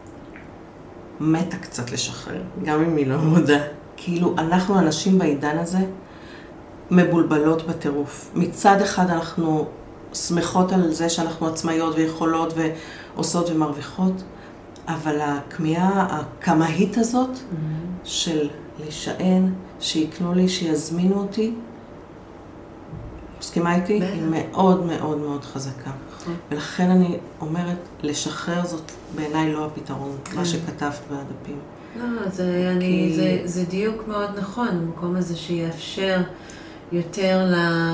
מתה קצת לשחרר, גם אם היא לא מודה. כאילו, אנחנו אנשים בעידן הזה מבולבלות בטירוף. מצד אחד אנחנו שמחות על זה שאנחנו עצמאיות ויכולות ועושות ומרוויחות, אבל הכמיהה הקמאית הזאת של להישען, שיקנו לי, שיזמינו אותי, מסכימה איתי? היא מאוד מאוד מאוד חזקה. ולכן אני אומרת, לשחרר זאת בעיניי לא הפתרון, מה שכתבת בדפים. לא, זה דיוק מאוד נכון, המקום הזה שיאפשר יותר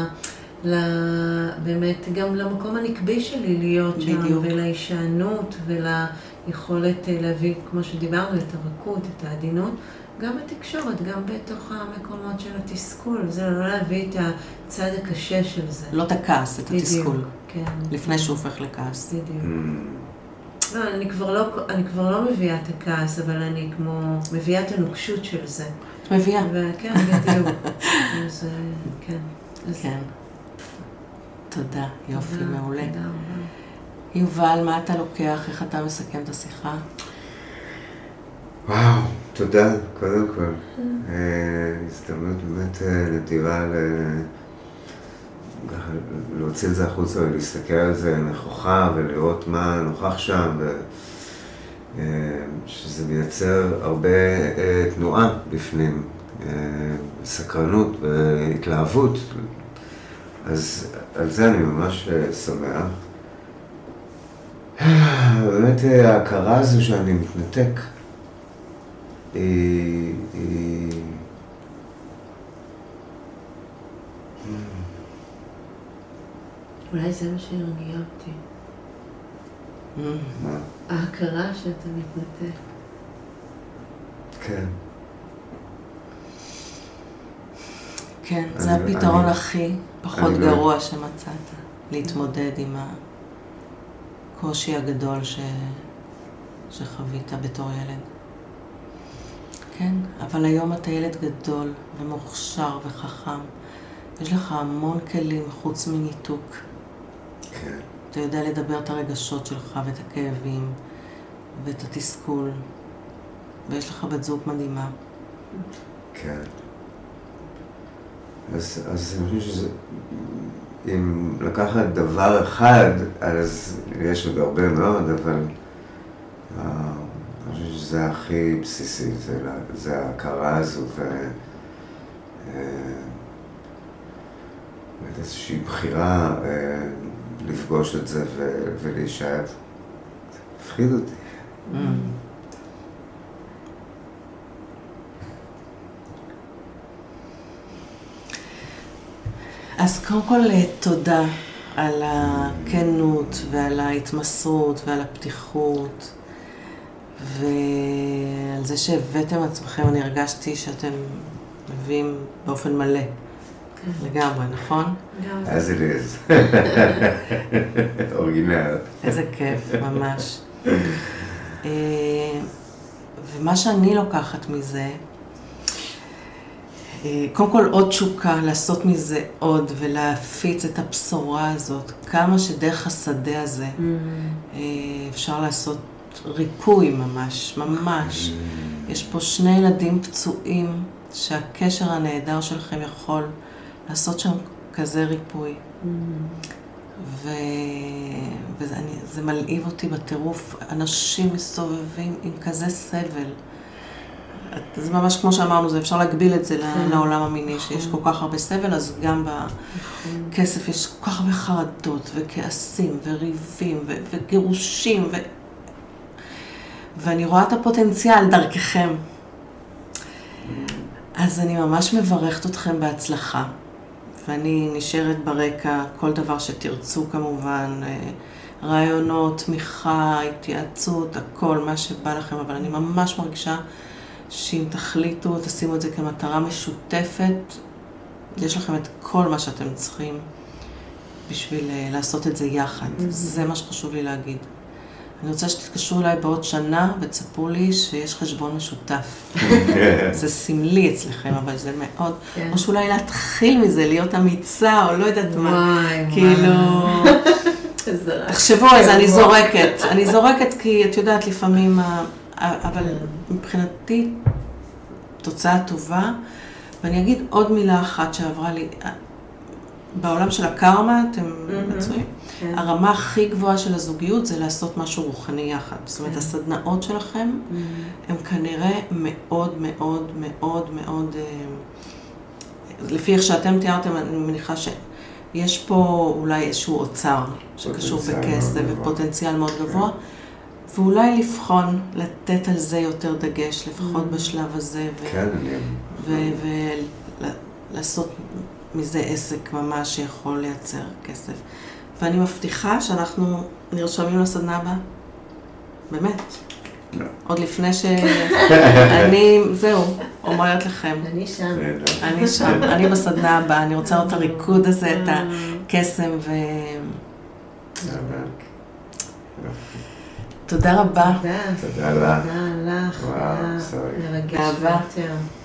באמת גם למקום הנקבי שלי להיות שם, ולהישענות וליכולת להביא, כמו שדיברנו, את הרכות, את העדינות, גם בתקשורת, גם בתוך המקומות של התסכול, זה לא להביא את הצד הקשה של זה. לא את הכעס, את התסכול. כן. לפני שהוא הופך לכעס. בדיוק. לא, אני כבר לא מביאה את הכעס, אבל אני כמו מביאה את הנוקשות של זה. את מביאה? כן, בדיוק. אז כן. כן. תודה, יופי, מעולה. תודה רבה. יובל, מה אתה לוקח? איך אתה מסכם את השיחה? וואו, תודה, קודם כל. הזדמנות באמת נדירה להוציא את זה החוצה ולהסתכל על זה נכוחה ולראות מה נוכח שם, שזה מייצר הרבה תנועה בפנים, סקרנות והתלהבות. אז על זה אני ממש שמח. באמת ההכרה הזו שאני מתנתק, אולי זה מה שהרגיע אותי. מה? ההכרה שאתה מתנתק. כן. כן, זה הפתרון הכי פחות גרוע שמצאת, להתמודד עם הקושי הגדול שחווית בתור ילד. כן, אבל היום אתה ילד גדול ומוכשר וחכם. יש לך המון כלים חוץ מניתוק. כן. אתה יודע לדבר את הרגשות שלך ואת הכאבים ואת התסכול. ויש לך בת זוג מדהימה. כן. אז אני חושב שזה, אם לקחת דבר אחד, אז יש עוד הרבה מאוד, אבל אני חושב שזה הכי בסיסי, זה ההכרה הזו איזושהי בחירה לפגוש את זה ולהישאר. הפחיד אותי. אז קודם כל תודה על הכנות ועל ההתמסרות ועל הפתיחות ועל זה שהבאתם עצמכם. אני הרגשתי שאתם מביאים באופן מלא. לגמרי, נכון? as it is. אורגינל. איזה כיף, ממש. ומה שאני לוקחת מזה, קודם כל עוד תשוקה, לעשות מזה עוד ולהפיץ את הבשורה הזאת, כמה שדרך השדה הזה אפשר לעשות ריפוי ממש, ממש. יש פה 2 ילדים פצועים שהקשר הנהדר שלכם יכול לעשות שם כזה ריפוי. וזה מלהיב אותי בטירוף. אנשים מסתובבים עם כזה סבל. זה ממש כמו שאמרנו, זה אפשר להגביל את זה לעולם המיני, שיש כל כך הרבה סבל, אז גם בכסף יש כל כך הרבה חרדות וכעסים וריבים וגירושים ואני רואה את הפוטנציאל דרככם. אז אני ממש מברכת אתכם בהצלחה, ואני נשארת ברקע, כל דבר שתרצו כמובן, רעיונות, תמיכה, התייעצות, הכל, מה שבא לכם, אבל אני ממש מרגישה שאם תחליטו, תשימו את זה כמטרה משותפת, יש לכם את כל מה שאתם צריכים בשביל לעשות את זה יחד. זה מה שחשוב לי להגיד. אני רוצה שתתקשרו אליי בעוד שנה ותספרו לי שיש חשבון משותף. זה סמלי אצלכם, אבל זה מאוד... או שאולי להתחיל מזה, להיות אמיצה, או לא יודעת מה. כאילו... תחשבו על זה, אני זורקת כי את יודעת לפעמים... אבל מבחינתי תוצאה טובה, ואני אגיד עוד מילה אחת שעברה לי, בעולם של הקרמה, אתם מצויים? הרמה הכי גבוהה של הזוגיות זה לעשות משהו רוחני יחד. זאת אומרת, הסדנאות שלכם הם כנראה מאוד מאוד מאוד מאוד, לפי איך שאתם תיארתם, אני מניחה שיש פה אולי איזשהו אוצר שקשור בכסף ופוטנציאל מאוד גבוה, ואולי לבחון, לתת על זה יותר דגש, לפחות בשלב הזה, ולעשות מזה עסק ממש שיכול לייצר כסף. ואני מבטיחה שאנחנו נרשמים לסדנה הבאה. באמת. עוד לפני שאני, זהו, אומרת לכם. אני שם. אני שם, אני בסדנה הבאה, אני רוצה את הריקוד הזה, את הקסם תודה רבה. תודה לך. תודה לך. וואו, סורי. מרגש ביותר.